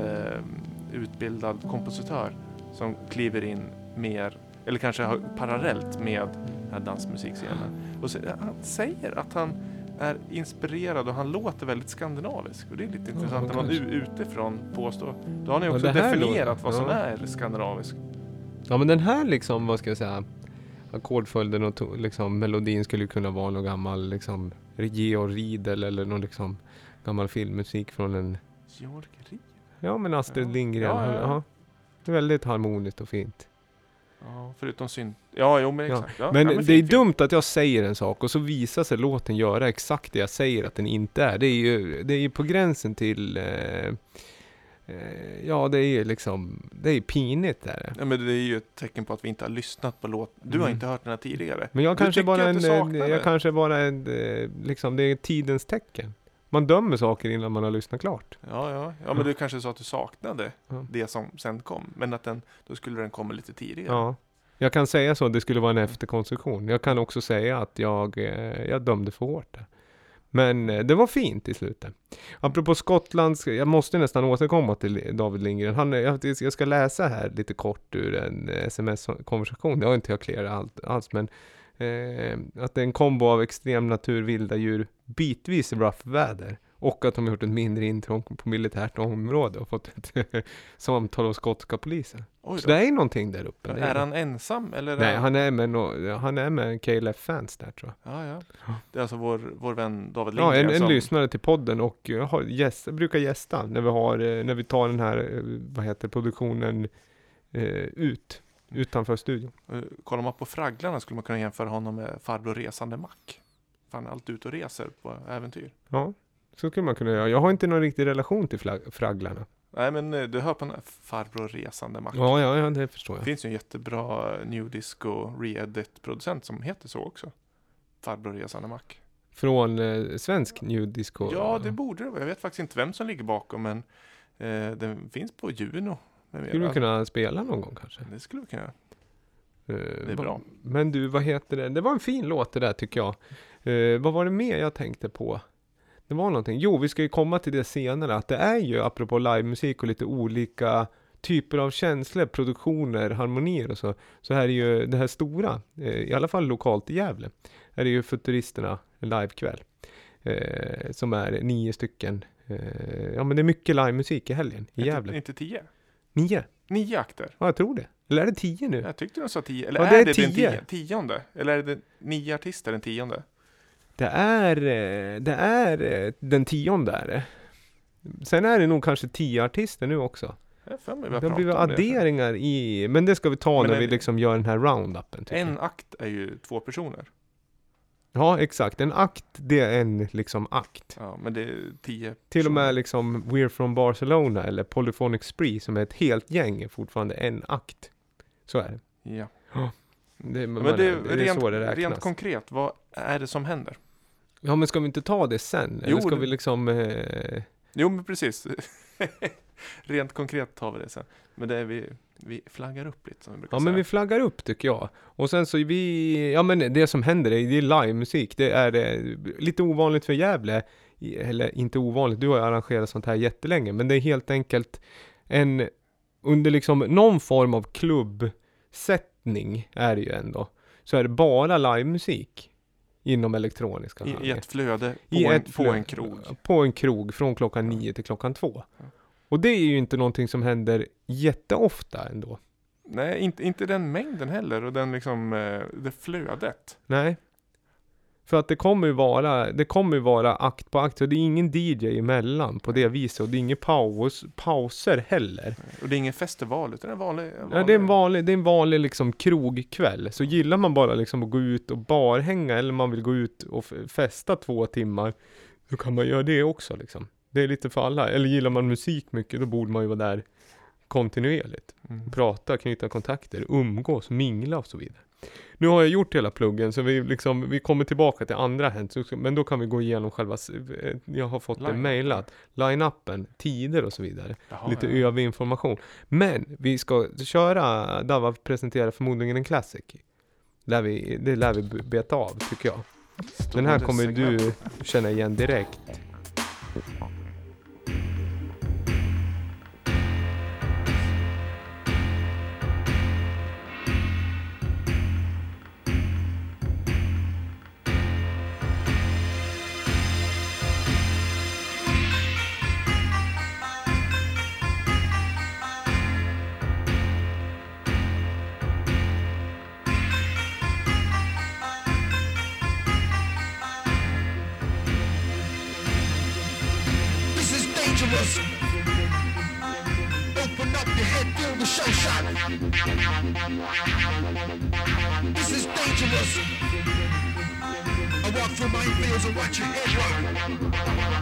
Speaker 2: utbildad kompositör som kliver in mer, eller kanske parallellt med den här dansmusikscenen. Och så, han säger att han är inspirerad och han låter väldigt skandinavisk. Och det är lite intressant när man utifrån påstår. Då har ni också definierat vad som är skandinavisk.
Speaker 1: Ja, men den här liksom, vad ska jag säga, ackordföljden och liksom melodin skulle kunna vara någon gammal liksom Georg Riedel eller någon liksom gammal filmmusik från en
Speaker 2: Georg Riedel?
Speaker 1: Ja, men Astrid Lindgren. Ja. Det är väldigt harmoniskt och fint.
Speaker 2: Ja, förutom synt. Ja, jo, men exakt. Ja.
Speaker 1: Men
Speaker 2: ja, men
Speaker 1: det är dumt att jag säger en sak och så visar sig låten göra exakt det jag säger att den inte är. Det är ju på gränsen till ja, det är liksom, det är pinigt där.
Speaker 2: Ja, men det är ju ett tecken på att vi inte har lyssnat på låten. Du har inte hört den här tidigare.
Speaker 1: Men jag kanske bara liksom, det är tidens tecken. Man dömer saker innan man har lyssnat klart.
Speaker 2: Ja, men du kanske sa att du saknade det som sen kom. Men att då skulle den komma lite tidigare.
Speaker 1: Ja, jag kan säga så, det skulle vara en efterkonstruktion. Jag kan också säga att jag dömde för hårt där. Men det var fint i slutet. Apropå Skottlands, jag måste nästan återkomma till David Lindgren. Jag ska läsa här lite kort ur en sms-konversation. Det har inte jag klarat alls, men att det är en kombo av extrem natur, vilda djur, bitvis rough väder och att de har gjort ett mindre intrång på militärt område och fått ett samtal av skotska polisen. Så det är någonting där uppe.
Speaker 2: Är han ensam? Eller
Speaker 1: nej, han är med KLF-fans där, tror jag.
Speaker 2: Ja. Det är alltså vår vän David Lindgren.
Speaker 1: Ja, en lyssnare till podden och brukar gästa när vi tar den här produktionen utanför studion.
Speaker 2: Kollar man på Fragglarna skulle man kunna jämföra honom med farbror Resande Mack. För han är alltid ute och reser på äventyr. Ja,
Speaker 1: så skulle man kunna göra. Jag har inte någon riktig relation till Fragglarna.
Speaker 2: Nej, men du hör på den här farbror Resande Mack.
Speaker 1: Ja, det förstår jag.
Speaker 2: Det finns ju en jättebra new disco re-edit-producent som heter så också. Farbror Resande Mack.
Speaker 1: Från svensk new disco?
Speaker 2: Ja, det borde det vara. Jag vet faktiskt inte vem som ligger bakom, men den finns på Juno.
Speaker 1: Skulle du kunna spela någon gång kanske?
Speaker 2: Det skulle vi kunna göra. Det är bra.
Speaker 1: Men du, vad heter det? Det var en fin låt det där, tycker jag. Vad var det mer jag tänkte på? Det var någonting. Jo, vi ska ju komma till det senare. Att det är ju, apropå livemusik och lite olika typer av känslor, produktioner, harmonier och så. Så här är ju det här stora, i alla fall lokalt i Gävle. Här är ju Futuristerna en livekväll. Som är 9 stycken. Ja, men det är mycket livemusik i helgen i Gävle.
Speaker 2: Inte 10?
Speaker 1: 9
Speaker 2: akter?
Speaker 1: Ja, jag tror det. Eller är det 10 nu?
Speaker 2: Jag tyckte de sa 10. Eller
Speaker 1: ja,
Speaker 2: är det
Speaker 1: 10.
Speaker 2: Den 10:e? Eller är det 9 artister den 10:e?
Speaker 1: Det är den 10:e där. Sen är det nog kanske 10 artister nu också. Det blir adderingar i... Men det ska vi ta när vi liksom gör den här roundupen.
Speaker 2: En akt är ju 2 personer.
Speaker 1: Ja, exakt. En akt, det är en liksom akt.
Speaker 2: Ja, men det är 10.
Speaker 1: Till och med liksom We're from Barcelona eller Polyphonic Spree som är ett helt gäng är fortfarande en akt. Så är det.
Speaker 2: Ja.
Speaker 1: Det,
Speaker 2: Men det är
Speaker 1: rent, så det räknas.
Speaker 2: Rent konkret, vad är det som händer?
Speaker 1: Ja, men ska vi inte ta det sen?
Speaker 2: Jo,
Speaker 1: eller ska vi liksom...
Speaker 2: Jo, men precis. Rent konkret tar vi det sen. Men det är vi flaggar upp lite som vi brukar säga.
Speaker 1: men vi flaggar upp tycker jag. Och sen så men det som händer det är livemusik. Det är lite ovanligt för Gävle. Eller inte ovanligt, du har ju arrangerat sånt här jättelänge. Men det är helt enkelt under liksom någon form av klubbsättning är det ju ändå. Så är det bara livemusik inom elektroniska
Speaker 2: I ett flöde på en krog.
Speaker 1: På en krog från klockan 9 till klockan 2. Ja. Och det är ju inte någonting som händer jätteofta ändå.
Speaker 2: Nej, inte den mängden heller och den liksom det flödet.
Speaker 1: Nej. För att det kommer ju vara akt på akt, så det är ingen DJ emellan på det viset, och det är inga pauser heller.
Speaker 2: Och det är ingen festival utan en vanlig.
Speaker 1: Ja, det är en vanlig liksom krogkväll. Så gillar man bara liksom att gå ut och barhänga, eller man vill gå ut och festa 2 timmar, då kan man göra det också liksom. Det är lite för alla. Eller gillar man musik mycket, då borde man ju vara där kontinuerligt. Prata, knyta kontakter, umgås, mingla och så vidare. Nu har jag gjort hela pluggen, så vi kommer tillbaka till andra hänt. Men då kan vi gå igenom själva, jag har fått det mejlat, line-upen, tider och så vidare.
Speaker 2: Jaha,
Speaker 1: lite övrig information. Men vi ska köra, Dava presenterar förmodligen en classic. Det lär vi beta av, tycker jag. Den här kommer du känna igen direkt.
Speaker 3: Open up your head, feel the show shot. This is dangerous. I walk through minefields and watch your head rock.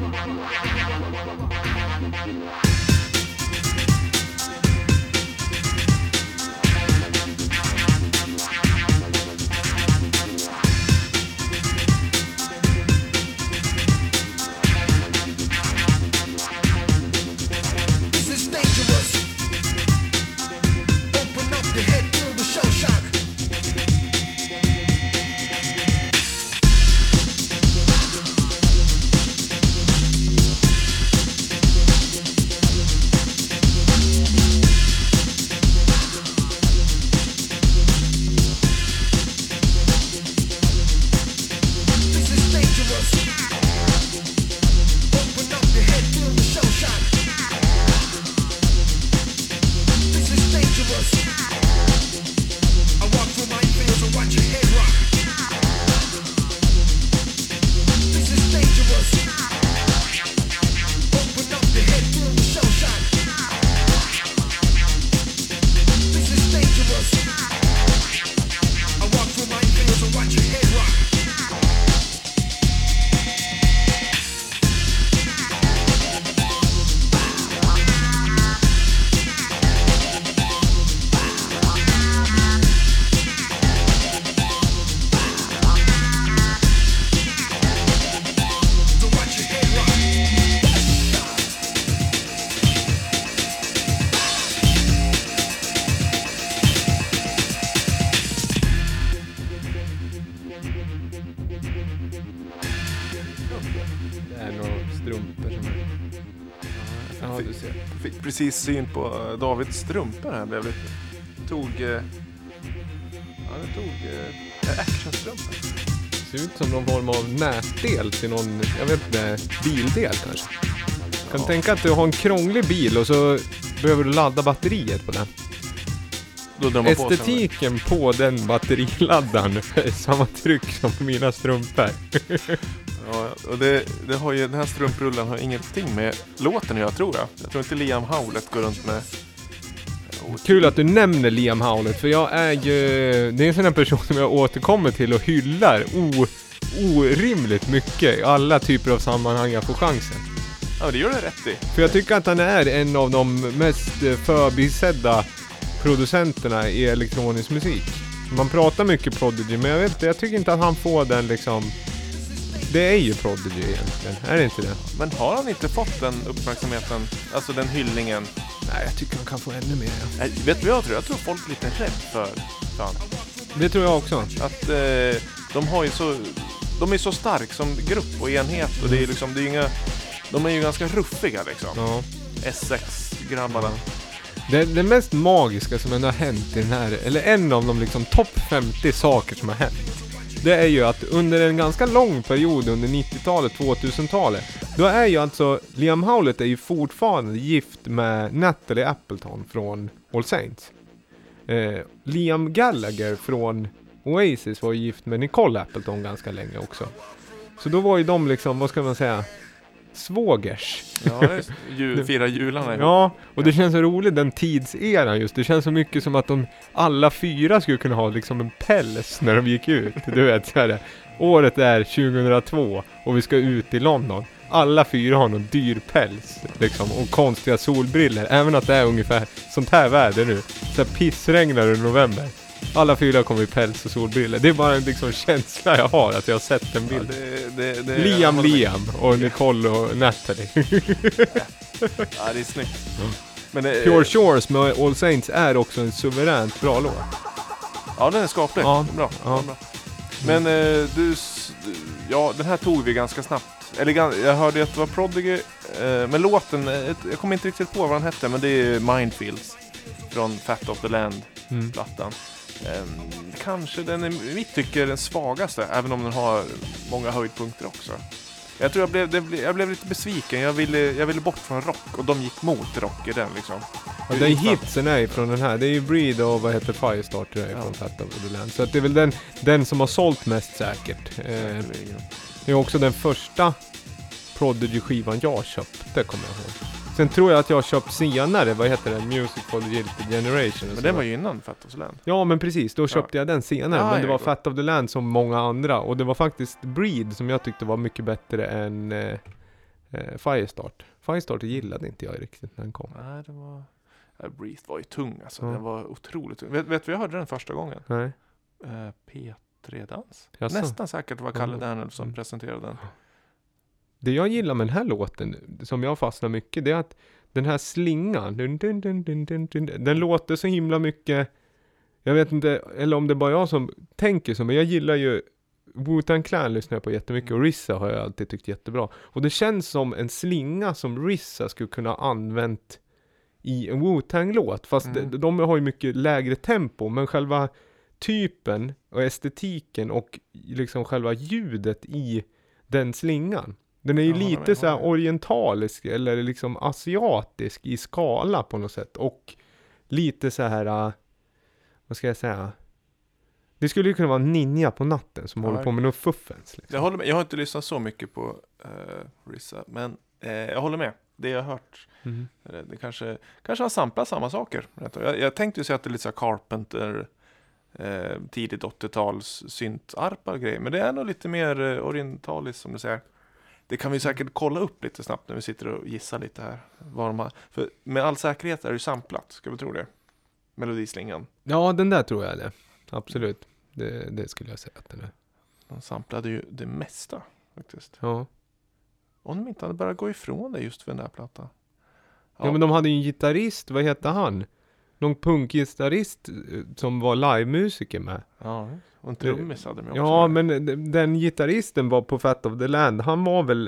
Speaker 2: Fick precis syn på Davids strumpor här. Blev lite. Tog actionstrumpor.
Speaker 1: Ser ut som någon form av nätdel till någon, jag vet inte, bildel kanske. Kan du tänka att du har en krånglig bil och så behöver du ladda batteriet på den. Estetiken på den batteriladdaren är samma tryck som på mina strumpor.
Speaker 2: Ja, och det har ju, den här strumprullen har ingenting med låten jag tror. Jag tror inte Liam Howlett går runt med.
Speaker 1: Kul att du nämner Liam Howlett, för jag är ju, det är en sån här person som jag återkommer till och hyllar orimligt mycket i alla typer av sammanhang jag får chansen.
Speaker 2: Ja, det gör det rätt i.
Speaker 1: För jag tycker att han är en av de mest förbisedda producenterna i elektronisk musik. Man pratar mycket Prodigy, men jag tycker inte att han får den liksom... Det är ju Prodigy egentligen, är det inte det?
Speaker 2: Men har han inte fått den uppmärksamheten, alltså den hyllningen?
Speaker 1: Nej, jag tycker han kan få ännu mer. Ja.
Speaker 2: Vet du vad jag tror? Jag tror folk är lite rädd för fan.
Speaker 1: Det tror jag också.
Speaker 2: Att de har ju så... De är så stark som grupp och enhet och det är liksom, det är inga... De är ju ganska ruffiga liksom.
Speaker 1: Ja.
Speaker 2: S6-grabbarna.
Speaker 1: Det mest magiska som ändå har hänt i den här, eller en av de liksom topp 50 saker som har hänt, det är ju att under en ganska lång period under 90-talet, 2000-talet, då är ju alltså Liam Howlett är ju fortfarande gift med Natalie Appleton från All Saints. Liam Gallagher från Oasis var ju gift med Nicole Appleton ganska länge också. Så då var ju de liksom, vad ska man säga, svågers.
Speaker 2: Ja, fira jularna.
Speaker 1: Ja, och det känns så roligt den tidseran just. Det känns så mycket som att de alla fyra skulle kunna ha liksom en päls när de gick ut. Du vet så här, året är 2002 och vi ska ut i London. Alla fyra har någon dyr päls liksom, och konstiga solbriller. Även att det är ungefär sånt här väder nu. Så här pissregnar i november. Alla fyra kommer i päls och solbriller. Det är bara en liksom känsla jag har att jag har sett en bild.
Speaker 2: Ja,
Speaker 1: Liam och Nicole och Natalie.
Speaker 2: Ja, det är snyggt. Men
Speaker 1: Pure Shores med All Saints är också en suveränt bra låt.
Speaker 2: Ja, den är skaplig.
Speaker 1: Ja.
Speaker 2: Bra.
Speaker 1: Ja.
Speaker 2: Bra. Men den här tog vi ganska snabbt. Eller jag hörde att det var Prodigy. Men låten, jag kommer inte riktigt på vad den hette, men det är Mindfields från Fat of the Land-plattan. Kanske den är i mitt tycke den svagaste, även om den har många höjdpunkter också. Jag tror jag blev lite besviken. Jag ville bort från rock och de gick mot rock i den liksom.
Speaker 1: Ja, den hitsen är från den här. Det är ju Breed och vad heter Firestarter från Fat of the Land. Så att det är väl den som har sålt mest säkert. Det är också den första Prodigy-skivan jag köpte, kommer jag ihåg. Sen tror jag att jag har köpt senare, vad heter det? Music for the Guilty Generation.
Speaker 2: Men den var ju innan Fat of the Land.
Speaker 1: Ja, men precis. Då köpte jag den senare. Men det var Fat of the Land som många andra. Och det var faktiskt Breed som jag tyckte var mycket bättre än Firestart. Firestarter gillade inte jag riktigt när den kom.
Speaker 2: Nej, det var... Breed var ju tung alltså. Den var otroligt tung. Vet du vad jag hörde den första gången?
Speaker 1: Nej.
Speaker 2: P3-dans.
Speaker 1: Jaså?
Speaker 2: Nästan säkert var Kalle Daniel som presenterade den.
Speaker 1: Det jag gillar med den här låten, som jag fastnar mycket, det är att den här slingan, den låter så himla mycket, jag vet inte, eller om det är bara jag som tänker så, men jag gillar ju Wu-Tang Clan lyssnar jag på jättemycket, och RZA har jag alltid tyckt jättebra. Och det känns som en slinga som RZA skulle kunna ha använt i en Wu-Tang-låt, fast de har ju mycket lägre tempo, men själva typen och estetiken och liksom själva ljudet i den slingan. Den är ju lite så här orientalisk eller liksom asiatisk i skala på något sätt. Och lite så här, vad ska jag säga? Det skulle ju kunna vara en ninja på natten som håller på med något fuffens. Liksom.
Speaker 2: Jag har inte lyssnat så mycket på RZA, men jag håller med. Det jag har hört. Det kanske har samplat samma saker. Jag tänkte ju säga att det är lite så här Carpenter, tidigt 80-tals syntarpa och grejer. Men det är nog lite mer orientaliskt som du säger. Det kan vi säkert kolla upp lite snabbt när vi sitter och gissar lite här. För med all säkerhet är det ju samplat, ska vi tro det? Melodislingan.
Speaker 1: Ja, den där tror jag det. Absolut. Det skulle jag säga att den är.
Speaker 2: De samplade ju det mesta faktiskt.
Speaker 1: Ja.
Speaker 2: Om de inte hade börjat gå ifrån det just för den där plattan.
Speaker 1: Ja, men de hade ju en gitarrist, vad heter han? Någon punkgitarrist som var livemusiker med.
Speaker 2: Ja, och en trummis hade de också.
Speaker 1: Ja, men den gitarristen var på Fat of the Land. Han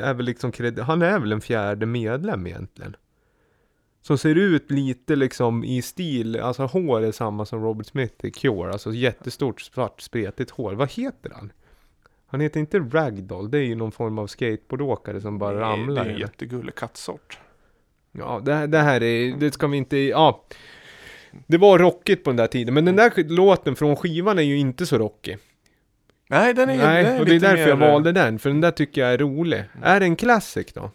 Speaker 1: är väl en fjärde medlem egentligen. Som ser ut lite liksom i stil, alltså hår är samma som Robert Smith i Cure. Alltså jättestort svart spretigt hår. Vad heter han? Han heter inte Ragdoll, det är ju någon form av skateboardåkare som bara ramlar.
Speaker 2: Det är en jättegullig kattsort.
Speaker 1: Ja, det här är, det ska vi inte, ja. Det var rockigt på den där tiden, men den där låten från skivan är ju inte så rockig.
Speaker 2: Nej, den är
Speaker 1: Nej, och det är därför jag valde den, för den där tycker jag är rolig. Är det en classic då?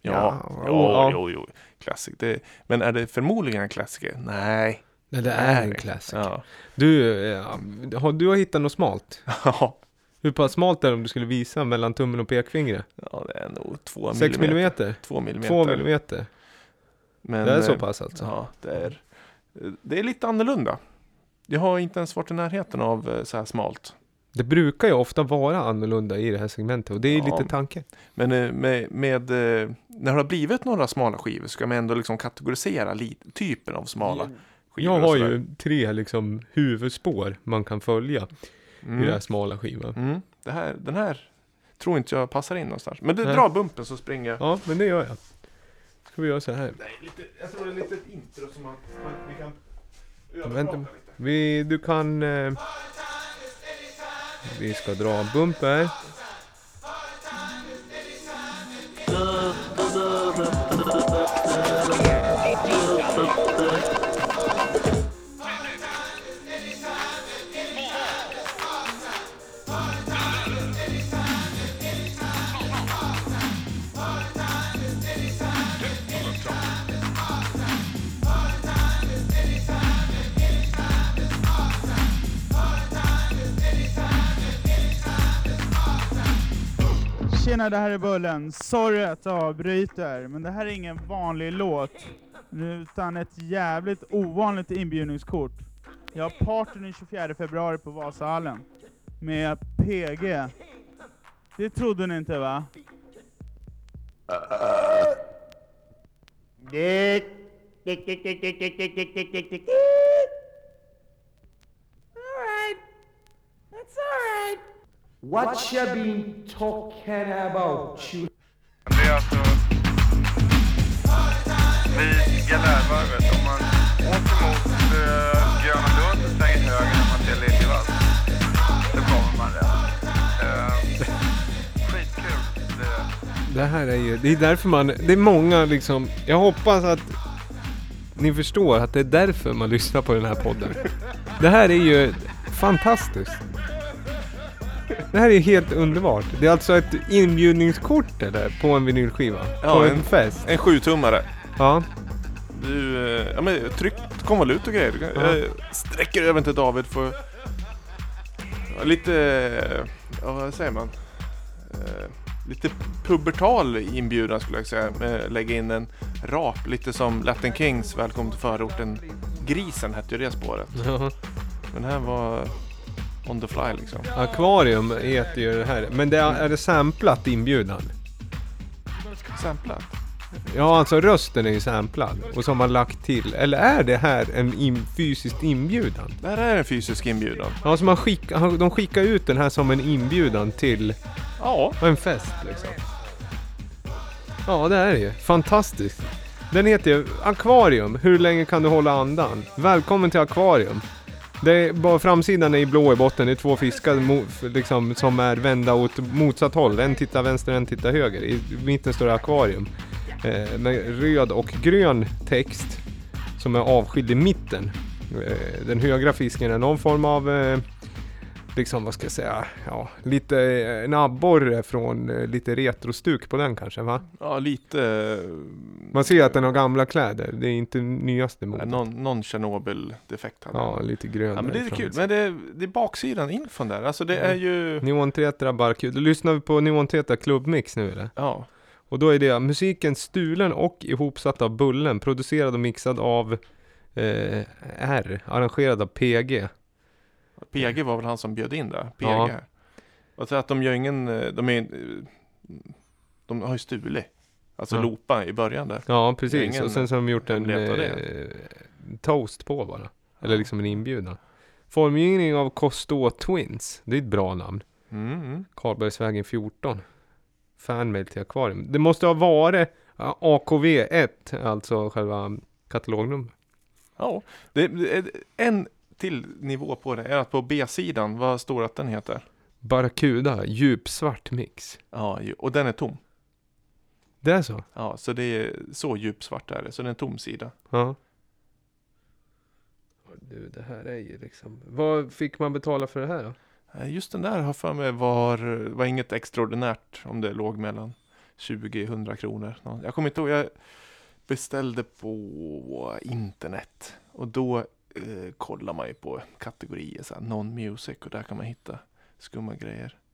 Speaker 2: Jo. Classic. Men är det förmodligen en klassiker? Nej.
Speaker 1: Det är en classic.
Speaker 2: Ja.
Speaker 1: Du har hittat något smalt?
Speaker 2: Ja.
Speaker 1: Hur pass smalt är det om du skulle visa mellan tummen och pekfingret?
Speaker 2: Ja, det är nog 2
Speaker 1: 6 millimeter?
Speaker 2: 2 millimeter.
Speaker 1: 2 millimeter.
Speaker 2: Men,
Speaker 1: Det är så pass alltså?
Speaker 2: Ja, det är lite annorlunda. Jag har inte ens varit i närheten av så här smalt.
Speaker 1: Det brukar ju ofta vara annorlunda i det här segmentet och det är
Speaker 2: Ja.
Speaker 1: lite tanken.
Speaker 2: Men när det har blivit några smala skivor ska man ändå liksom kategorisera typen av smala skivor.
Speaker 1: Jag
Speaker 2: och
Speaker 1: har
Speaker 2: sådär.
Speaker 1: ju 3 liksom huvudspår man kan följa i den här smala skivan.
Speaker 2: Mm. Den här tror inte jag passar in någonstans. Men du
Speaker 1: Nej.
Speaker 2: drar bumpen så springer jag.
Speaker 1: Ja, men det gör jag. Ska vi göra så här?
Speaker 2: Jag tror det är lite intro som vi kan
Speaker 1: Vänta. Du kan... vi ska dra bumper.
Speaker 4: Tjena, det här är Bullen. Sorry att jag avbryter, men det här är ingen vanlig låt, utan ett jävligt ovanligt inbjudningskort. Jag har party den 24 februari på Vasahallen med PG. Det trodde ni inte, va?
Speaker 5: What you been talking about? You
Speaker 6: Det är alltså vid Galärvarvet. Om man åker mot Gröna Lund och svänger höger när man ser Liljevalchs så kommer man rätt. Skitkul.
Speaker 1: Det här är ju... Det är därför man... Det är många liksom... Jag hoppas att ni förstår att det är därför man lyssnar på den här podden. Det här är ju fantastiskt. Det här är helt underbart. Det är alltså ett inbjudningskort eller, på en vinylskiva.
Speaker 2: Ja,
Speaker 1: på en fest.
Speaker 2: En 7-tummare.
Speaker 1: Ja.
Speaker 2: Men tryck konvolut och grejer. Jag sträcker över till David för lite, vad säger man? Lite pubertal inbjudan skulle jag säga. Med lägga in en rap, lite som Latin Kings Välkommen till förorten. Grisen hette ju det spåret.
Speaker 1: Ja.
Speaker 2: Men det här var on the fly liksom.
Speaker 1: Akvarium heter ju det här. Men det är det samplat inbjudan?
Speaker 2: Samplat.
Speaker 1: Ja, alltså rösten är ju samplad. Och så har man lagt till. Eller är det här en fysiskt inbjudan?
Speaker 2: Det här är en fysisk inbjudan.
Speaker 1: Ja, så de skickar ut den här som en inbjudan till
Speaker 2: Ja.
Speaker 1: en fest liksom. Ja, det är det ju. Fantastiskt. Den heter ju Akvarium. Hur länge kan du hålla andan? Välkommen till Akvarium. Det är bara framsidan är i blå i botten. Det är 2 fiskar liksom, som är vända åt motsatt håll. En tittar vänster, en tittar höger. I mitten står det Akvarium. Med röd och grön text som är avskild i mitten. Den högra fisken är någon form av liksom, vad ska jag säga, ja, lite en abborre från lite retrostuk på den kanske, va?
Speaker 2: Ja, lite.
Speaker 1: Man ser att den har gamla kläder. Det är inte nyaste modet.
Speaker 2: Någon Chernobyl-defekt hade.
Speaker 1: Ja, lite grön.
Speaker 2: Ja, men det är kul. Men det är baksidan inför där. Alltså det är ju...
Speaker 1: Neon Tetra Barcud. Du lyssnar på Neon Tetra Clubmix nu eller?
Speaker 2: Ja.
Speaker 1: Och då är det musiken stulen och ihopsatt av Bullen. Producerad och mixad av arrangerad av PG.
Speaker 2: PG var väl han som bjöd in där. PG.
Speaker 1: Ja.
Speaker 2: Och så att de gör ingen... De har ju stulit. Alltså loopa i början där.
Speaker 1: Ja, precis.
Speaker 2: Ingen
Speaker 1: Och sen så har de gjort en
Speaker 2: hemlighet av
Speaker 1: toast på bara. Eller liksom en inbjudan. Formgivning av Kostå Twins. Det är ett bra namn. Karlbergsvägen 14. Fanmail till Akvarium. Det måste ha varit AKV1, alltså själva katalognummer.
Speaker 2: Ja. Det är en till nivå på det är att på B-sidan, vad står att den heter?
Speaker 1: Barracuda, djupsvart mix.
Speaker 2: Ja, och den är tom.
Speaker 1: Det är så?
Speaker 2: Ja, så det är så djupsvart är det. Så det är en tom sida.
Speaker 1: Ja. Du, det här är ju liksom... Vad fick man betala för det här då?
Speaker 2: Just den där har för mig var inget extraordinärt om det låg mellan 20-100 kronor. Jag kommer inte ihåg, jag beställde på internet och då kollar man ju på kategorier så här, non-music och där kan man hitta skumma grejer.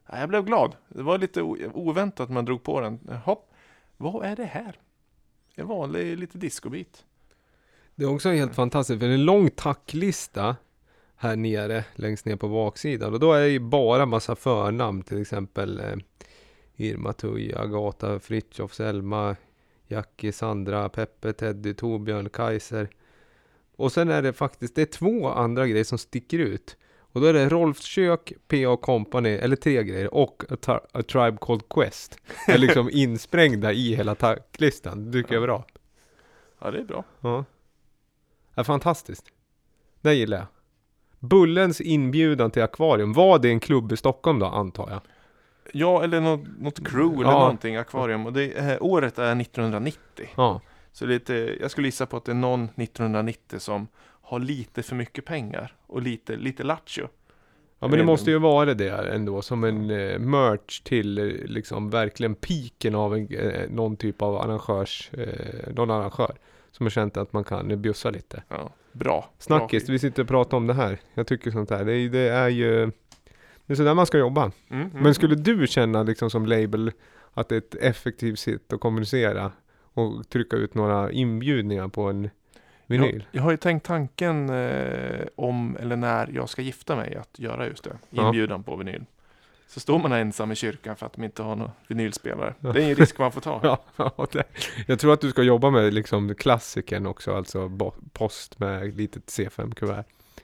Speaker 2: Jag blev glad. Det var lite oväntat att man drog på den. Hopp, vad är det här? En vanlig lite discobit.
Speaker 1: Det är också helt fantastiskt, för det är en lång tacklista här nere, längst ner på baksidan. Och då är det ju bara massa förnamn, till exempel Irma, Tuja, Agata, Fritjof, Selma, Jackie, Sandra, Peppe, Teddy, Torbjörn, Kaiser. Och sen är det faktiskt, det är 2 andra grejer som sticker ut. Och då är det Rolfs kök, P.A. Company, eller 3 grejer, och A Tribe Called Quest. är liksom insprängda i hela tacklistan. Det tycker jag är bra.
Speaker 2: Ja, det är bra.
Speaker 1: Ja. Det är fantastiskt. Det gillar jag. Bullens inbjudan till akvarium. Var det en klubb i Stockholm då, antar jag?
Speaker 2: Ja, eller något crew eller någonting, akvarium. Och året är 1990.
Speaker 1: Ja.
Speaker 2: Så jag skulle gissa på att det är någon 1990 som har lite för mycket pengar. Och lite lattjo.
Speaker 1: Ja, men det måste ju vara det ändå. Som en merch till liksom verkligen piken av någon typ av någon arrangör. Som har känt att man kan bjussa lite.
Speaker 2: Ja, bra.
Speaker 1: Snackis, vi sitter och pratar om det här. Jag tycker sånt här. Det är ju... Det är så där man ska jobba. Men skulle du känna liksom som label att det är ett effektivt sätt att kommunicera och trycka ut några inbjudningar på en vinyl?
Speaker 2: Jag har ju tänkt tanken om eller när jag ska gifta mig att göra just det. Inbjudan på vinyl. Så står man ensam i kyrkan för att de inte har någon vinylspelare. Det är en risk man får ta.
Speaker 1: Jag tror att du ska jobba med liksom klassiken också. Alltså post med litet C5-kuvert.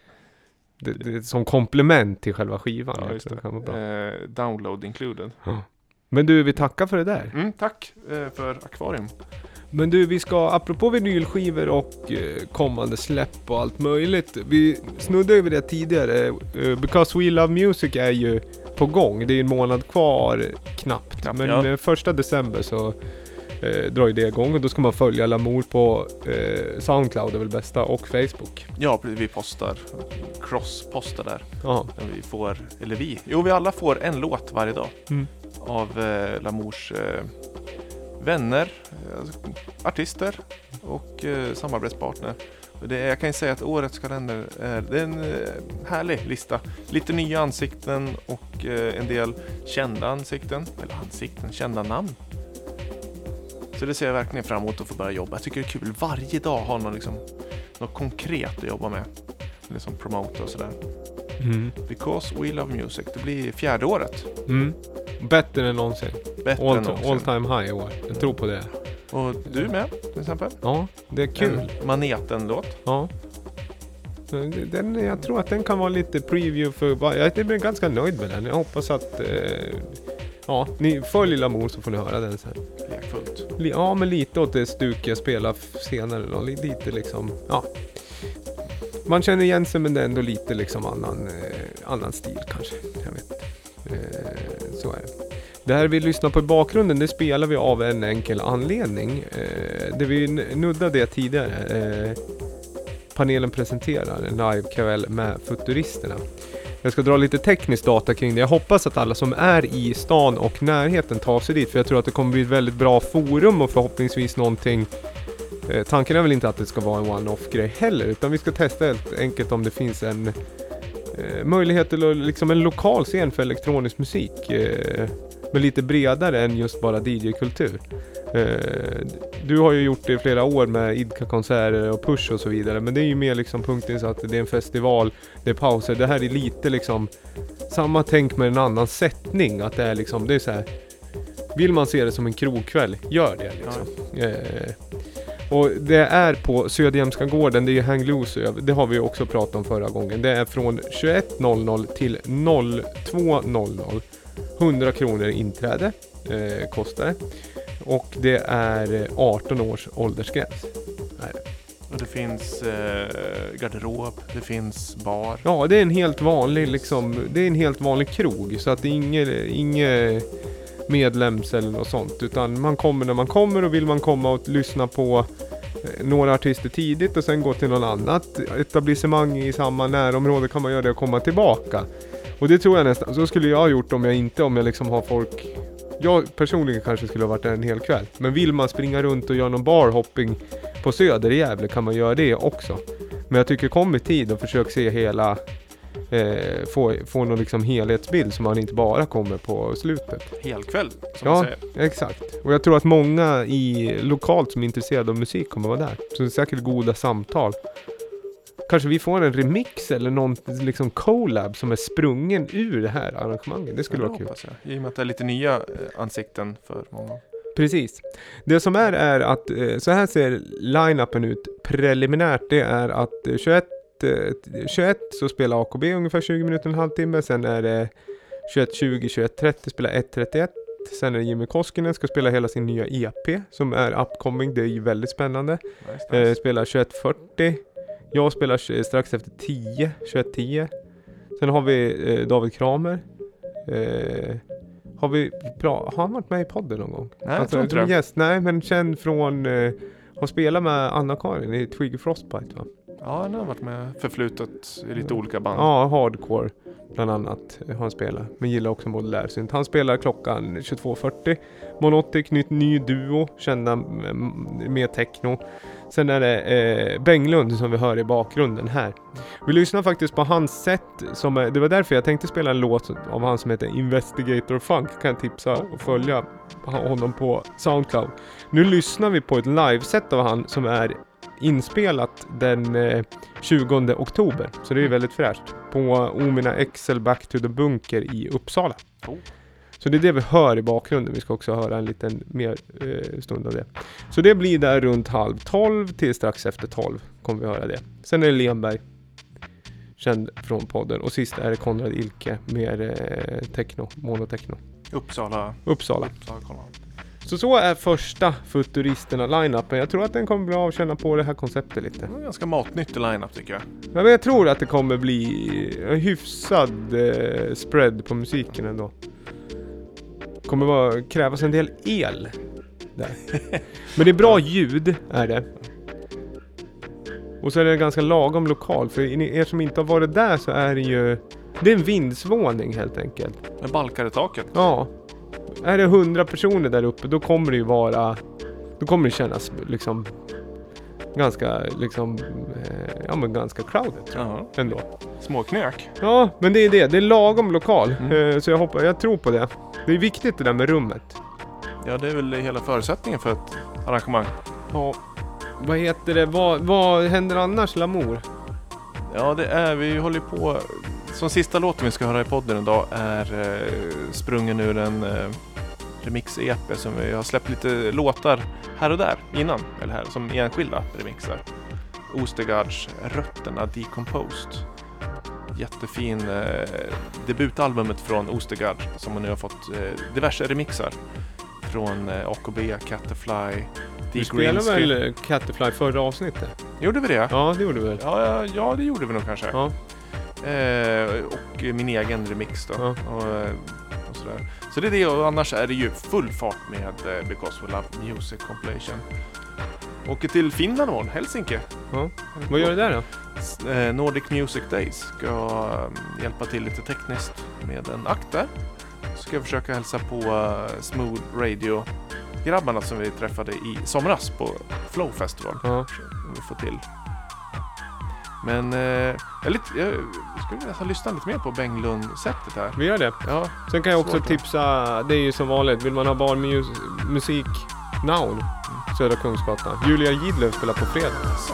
Speaker 1: Det är som komplement till själva skivan.
Speaker 2: Ja, just det. Kan vara bra. Download included.
Speaker 1: Ja. Men du, vi tackar för det där.
Speaker 2: Tack för akvarium.
Speaker 1: Men du, vi ska, apropå vinylskivor och kommande släpp och allt möjligt. Vi snuddade över det tidigare. Because We Love Music är ju på gång. Det är en månad kvar knappt. Men 1 december så drar ju det igång. Och då ska man följa Lamour på Soundcloud är väl bästa, och Facebook.
Speaker 2: Ja, vi postar. Cross-postar där.
Speaker 1: Ja.
Speaker 2: Vi alla får en låt varje dag. Av Lamours vänner, artister och samarbetspartner. Jag kan ju säga att årets kalender är en härlig lista. Lite nya ansikten och en del kända ansikten. Eller kända namn. Så det ser jag verkligen fram emot att få börja jobba. Jag tycker det är kul varje dag ha något konkret att jobba med. Liksom promota och sådär. Because We Love Music. Det blir 4:e året.
Speaker 1: Bättre än någonsin.
Speaker 2: All
Speaker 1: time high i år. Jag tror på det.
Speaker 2: Och du med, till exempel?
Speaker 1: Ja, det är kul.
Speaker 2: Maneten-låt.
Speaker 1: Ja. Jag tror att den kan vara lite preview för... Jag är ganska nöjd med den. Jag hoppas att... ni följer Lamour så får ni höra den sen.
Speaker 2: Lekfullt.
Speaker 1: Ja, men lite åt det stuk jag spelar senare. Då. Lite liksom... Ja. Man känner igen sig, men det är ändå lite liksom annan stil kanske. Jag vet inte. Så är det. Det här vi lyssnar på i bakgrunden, det spelar vi av en enkel anledning. Det vi nuddade det tidigare. Panelen presenterar en live-kväll med Futuristerna. Jag ska dra lite teknisk data kring det. Jag hoppas att alla som är i stan och närheten tar sig dit. För jag tror att det kommer bli ett väldigt bra forum och förhoppningsvis någonting. Tanken är väl inte att det ska vara en one-off-grej heller. Utan vi ska testa helt enkelt om det finns en möjlighet till liksom en lokal scen för elektronisk musik. Men lite bredare än just bara DJ-kultur. Du har ju gjort det i flera år med idka-konserter och push och så vidare. Men det är ju mer liksom punkten så att det är en festival, det är pauser. Det här är lite liksom samma tänk med en annan sättning. Att det är liksom, det är så här. Vill man se det som en krogkväll, gör det liksom. Och det är på Söderhjälmska gården, det är ju Hang Loose, det har vi också pratat om förra gången. Det är från 21.00 till 02.00. 100 kronor inträde kostar det. Och det är 18 års åldersgräns.
Speaker 2: Och det finns garderob, det finns bar.
Speaker 1: Ja, det är en helt vanlig liksom, det är en helt vanlig krog. Så att det är inget medlems eller något sånt. Utan man kommer när man kommer, och vill man komma och lyssna på några artister tidigt och sen gå till någon annat etablissemang i samma närområde, kan man göra det och komma tillbaka. Och det tror jag nästan, så skulle jag ha gjort om jag liksom har folk. Jag personligen kanske skulle ha varit där en hel kväll. Men vill man springa runt och göra någon barhopping på Söder i Gävle kan man göra det också. Men jag tycker kom i tid och försök se få någon liksom helhetsbild som man inte bara kommer på slutet.
Speaker 2: Helkväll, som man
Speaker 1: Ja,
Speaker 2: säger.
Speaker 1: exakt. Och jag tror att många lokalt som är intresserade av musik kommer vara där. Så det är säkert goda samtal. Kanske vi får en remix eller någon liksom collab som är sprungen ur det här arrangemanget. Det skulle vara kul.
Speaker 2: Hoppas jag. I och med att det är lite nya ansikten för många.
Speaker 1: Precis. Det som är att så här ser line-upen ut preliminärt. Det är att 21 så spelar AKB ungefär 20 minuter, en halvtimme. Sen är det 21.20, 21.30 spelar 1.31. Sen är det Jimmy Koskinen ska spela hela sin nya EP som är upcoming. Det är ju väldigt spännande.
Speaker 2: Nice.
Speaker 1: Spelar 21.40. Jag spelar strax efter 10, 21.10. Sen har vi David Kramer. Har han varit med i podden någon gång?
Speaker 2: Nej, jag tror inte det.
Speaker 1: Yes, nej, men känd från... har spelat med Anna-Karin i Twiggy Frostbite, va?
Speaker 2: Ja, han har varit med förflutet i lite olika band.
Speaker 1: Ja, Hardcore bland annat har han spelat. Men gillar också modulärsynt. Han spelar klockan 22.40. Monotic, ny duo, kända med techno. Sen är det Benglund som vi hör i bakgrunden här. Vi lyssnar faktiskt på hans set. Det var därför jag tänkte spela en låt av han som heter Investigator Funk. Kan jag tipsa och följa honom på Soundcloud. Nu lyssnar vi på ett liveset av han som är inspelat den 20 oktober. Så det är väldigt fräscht. På Omina Excel Back to the Bunker i Uppsala. Så det är det vi hör i bakgrunden. Vi ska också höra en liten mer stund av det. Så det blir där runt 11:30 till strax efter 12 kommer vi höra det. Sen är det Lenberg, känd från podden. Och sist är det Konrad Ilke, mer techno, monotechno.
Speaker 2: Uppsala. Så
Speaker 1: är första Futuristerna line-upen. Jag tror att den kommer bli avkänna på det här konceptet lite.
Speaker 2: Det är ganska matnyttig line-up tycker jag.
Speaker 1: Ja, men jag tror att det kommer bli en hyfsad spread på musiken ändå. Kommer krävas en del el där. Men det är bra ljud är det. Och så är det ganska lagom lokal. För er som inte har varit där så är det ju... Det är en vindsvåning helt enkelt.
Speaker 2: Med balkar i taket.
Speaker 1: Ja. Är det 100 personer där uppe, då kommer det ju vara... Då kommer det kännas liksom... Ganska liksom... ja men ganska crowded tror jag. Ändå.
Speaker 2: Småknök.
Speaker 1: Ja, men det är det. Det är lagom lokal. Så jag tror på det. Det är viktigt det där med rummet.
Speaker 2: Ja, det är väl hela förutsättningen för ett arrangemang.
Speaker 1: Ja. Vad heter det? Vad händer annars, Lamour?
Speaker 2: Ja, det är... Vi håller på... Som sista låten vi ska höra i podden idag är sprungen ur en remix-EP som vi har släppt lite låtar här och där innan. Eller här, som enskilda remixar. Ostergaards Rötterna Decomposed. Jättefin debutalbumet från Ostergaard som man nu har fått diverse remixar från AKB, Catterfly,
Speaker 1: Du spelade väl Catterfly förra avsnittet?
Speaker 2: Gjorde vi det?
Speaker 1: Ja, det gjorde vi väl.
Speaker 2: Ja, det gjorde vi nog kanske.
Speaker 1: Ja.
Speaker 2: Och min egen remix då.
Speaker 1: Ja.
Speaker 2: Och sådär. Så det är det, och annars är det ju full fart med Because We Love Music Compilation. Åker till Finland imorgon, Helsinki.
Speaker 1: Ja. Vad gör du där då?
Speaker 2: Nordic Music Days ska hjälpa till lite tekniskt med en akt där. Så ska jag försöka hälsa på Smooth Radio grabbarna som vi träffade i somras på Flow Festival.
Speaker 1: Ja.
Speaker 2: Vi får till. Men jag skulle nästan lyssna lite mer på Benglund-sättet här.
Speaker 1: Vi gör det.
Speaker 2: Ja.
Speaker 1: Sen kan jag också
Speaker 2: Svårt,
Speaker 1: tipsa, det är ju som vanligt, vill man ha barnmusik now, Södra Kungsgatan. Julia Gidlöf spelar på fredag.
Speaker 2: Så.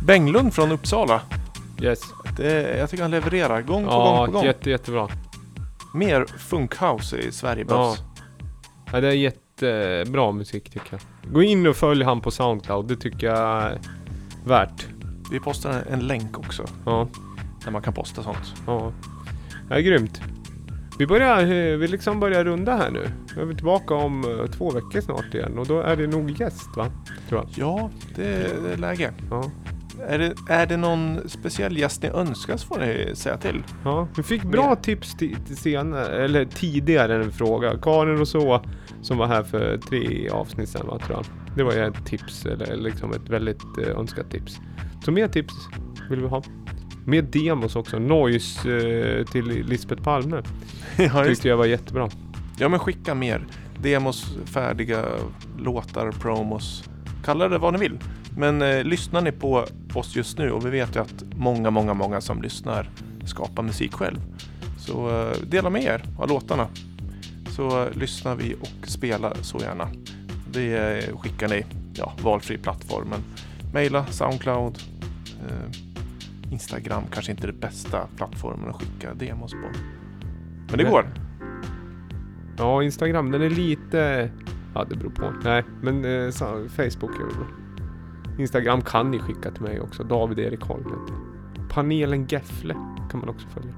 Speaker 2: Benglund från Uppsala.
Speaker 1: Yes.
Speaker 2: Jag tycker han levererar gång på gång.
Speaker 1: Jättebra.
Speaker 2: Mer funkhouse i Sverige behövs.
Speaker 1: Ja, det är jättebra musik tycker jag. Gå in och följ han på Soundcloud, det tycker jag är värt.
Speaker 2: Vi postar en länk också.
Speaker 1: Ja.
Speaker 2: Där man kan posta sånt.
Speaker 1: Ja. Det är grymt. Vi liksom börjar runda här nu. Vi är tillbaka om 2 veckor snart igen. Och då är det nog gäst, va? Tror jag.
Speaker 2: Ja, det är läge.
Speaker 1: Ja.
Speaker 2: Är det någon speciell gäst ni önskar så får ni säga till.
Speaker 1: Ja, vi fick bra tips senare, eller tidigare en fråga. Karin och så, som var här för 3 avsnitt sedan, va, tror jag. Det var ju ett tips, eller liksom ett väldigt önskat tips. Så mer tips vill vi ha. Mer demos också. Noise till Lisbeth Palme.
Speaker 2: Ja,
Speaker 1: tyckte jag var jättebra.
Speaker 2: Ja, men skicka mer. Demos, färdiga låtar, promos. Kalla det vad ni vill. Men lyssnar ni på oss just nu, och vi vet ju att många som lyssnar skapar musik själv. Så dela med er av låtarna. Så lyssnar vi och spelar så gärna. Det skickar ni, valfri plattformen. Maila, Soundcloud, Instagram kanske inte är det bästa plattformen att skicka demos på. Men det går.
Speaker 1: Ja, Instagram, den är lite... Ja, det beror på. Nej, men Facebook är väl bra. Instagram kan ni skicka till mig också. David Erik Holm. Panelen Gefle kan man också följa.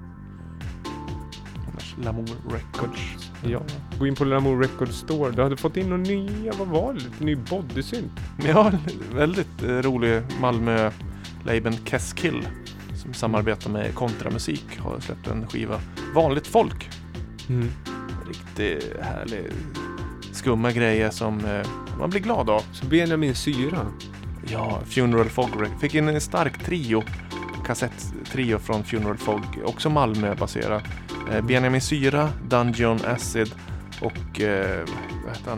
Speaker 2: Lamour Records.
Speaker 1: Ja, gå in på Lamour Records Store. Du hade fått in några nya, vad var det? Lite ny bodysynt.
Speaker 2: Ja, väldigt rolig Malmö-labeln Keskill som samarbetar med Kontramusik har släppt en skiva. Vanligt folk. Riktigt härlig, skumma grejer som man blir glad av.
Speaker 1: Så Benjamin Syra.
Speaker 2: Ja, Funeral Fog. Fick in en stark kassetttrio från Funeral Fog. Också Malmö-baserad. Benjamin Syra, Dungeon Acid och vad heter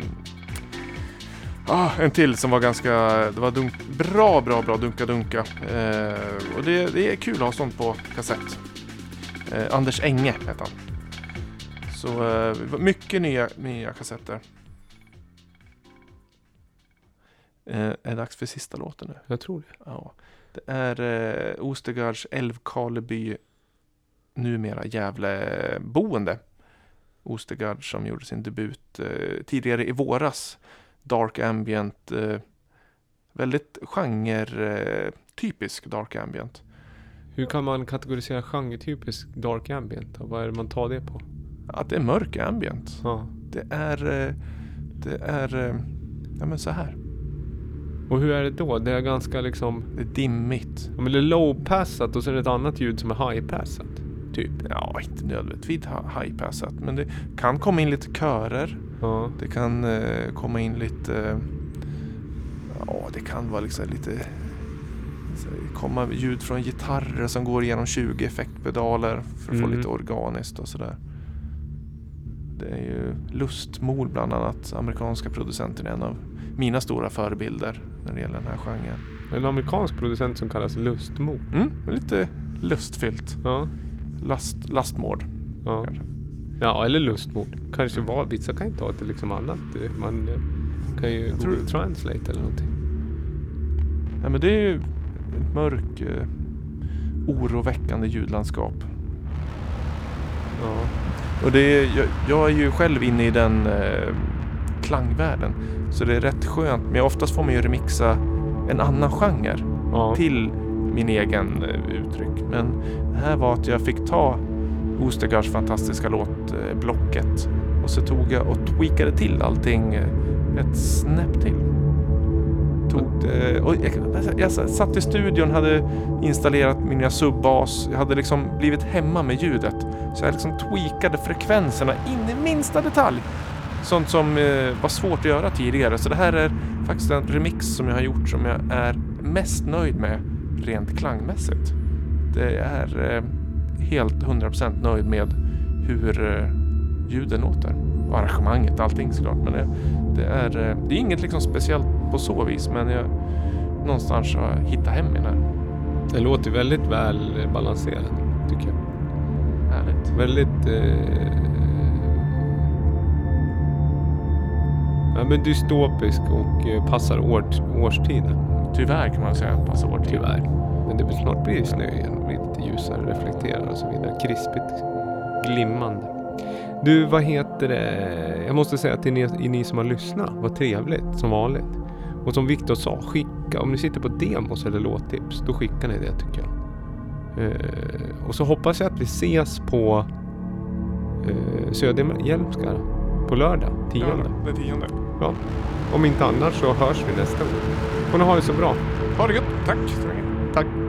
Speaker 2: han? En till som var ganska... Det var bra dunka. Och det är kul att ha sånt på kassett. Anders Enge heter han. Så mycket nya kassetter. Är det dags för sista låten nu?
Speaker 1: Jag tror det.
Speaker 2: Ja. Det är Ostergards Älvkarleby, numera Gävleboende. Ostergard som gjorde sin debut tidigare i våras. Dark ambient, väldigt genre-typisk dark ambient.
Speaker 1: Hur kan man kategorisera genre-typisk dark ambient? Vad är det man tar det på?
Speaker 2: Att det är mörk ambient.
Speaker 1: Ja.
Speaker 2: Det är ja, men så här.
Speaker 1: Och hur är det då? Det är ganska liksom...
Speaker 2: Det är dimmigt.
Speaker 1: Ja, men det är low-passat och sen ett annat ljud som är high-passat. Typ.
Speaker 2: Ja, inte nödvändigtvis high-passat. Men det kan komma in lite körer.
Speaker 1: Ja.
Speaker 2: Det kan komma in lite... det kan vara liksom lite... komma ljud från gitarrer som går igenom 20 effektpedaler för att få lite organiskt och sådär. Det är ju Lustmol bland annat, amerikanska producenten, en av mina stora förebilder när det gäller den här genren.
Speaker 1: En amerikansk producent som kallas Lustmol.
Speaker 2: Lite lustfyllt.
Speaker 1: Ja.
Speaker 2: Lastmord.
Speaker 1: Ja.
Speaker 2: Kanske.
Speaker 1: Ja, eller lustmord. Kanske var vissa kan inte ha det liksom annat. Man kan ju Google Translate eller någonting.
Speaker 2: Ja, men det är ju ett mörk, oroväckande ljudlandskap.
Speaker 1: Ja.
Speaker 2: Och jag är ju själv inne i den klangvärlden. Så det är rätt skönt. Men oftast får man ju remixa en annan genre till min egen uttryck. Men det här var att jag fick ta Ostergards fantastiska låt Blocket. Och så tog jag och tweakade till allting ett snäpp till. Jag satt i studion, hade installerat min nya subbas. Jag hade liksom blivit hemma med ljudet. Så jag liksom tweakade frekvenserna in i minsta detalj. Sånt som var svårt att göra tidigare. Så det här är faktiskt en remix som jag har gjort som jag är mest nöjd med rent klangmässigt. Det är helt 100% nöjd med hur ljuden låter. Och arrangemanget, allting såklart. Men det är inget liksom speciellt på så vis. Men jag någonstans har hittat hem i den.
Speaker 1: Det låter väldigt väl balanserat, tycker jag.
Speaker 2: Härligt.
Speaker 1: Väldigt... men dystopisk och passar årstiden.
Speaker 2: Tyvärr kan man säga, passar vår tid.
Speaker 1: Tyvärr. Men det blir snart blir snö igen. Det blir lite ljusare, reflekterar och så vidare. Krispigt, glimmande. Du, vad heter det? Jag måste säga till ni som har lyssnat. Vad trevligt, som vanligt. Och som Viktor sa, skicka. Om ni sitter på demos eller låttips, då skickar ni det tycker jag. Och så hoppas jag att vi ses på Söderhjälmska på lördag, 10.
Speaker 2: Ja, det 10.
Speaker 1: Ja. Om inte annars så hörs vi nästa år. Får ni ha det så bra.
Speaker 2: Ha det gött. Tack.
Speaker 1: Tack.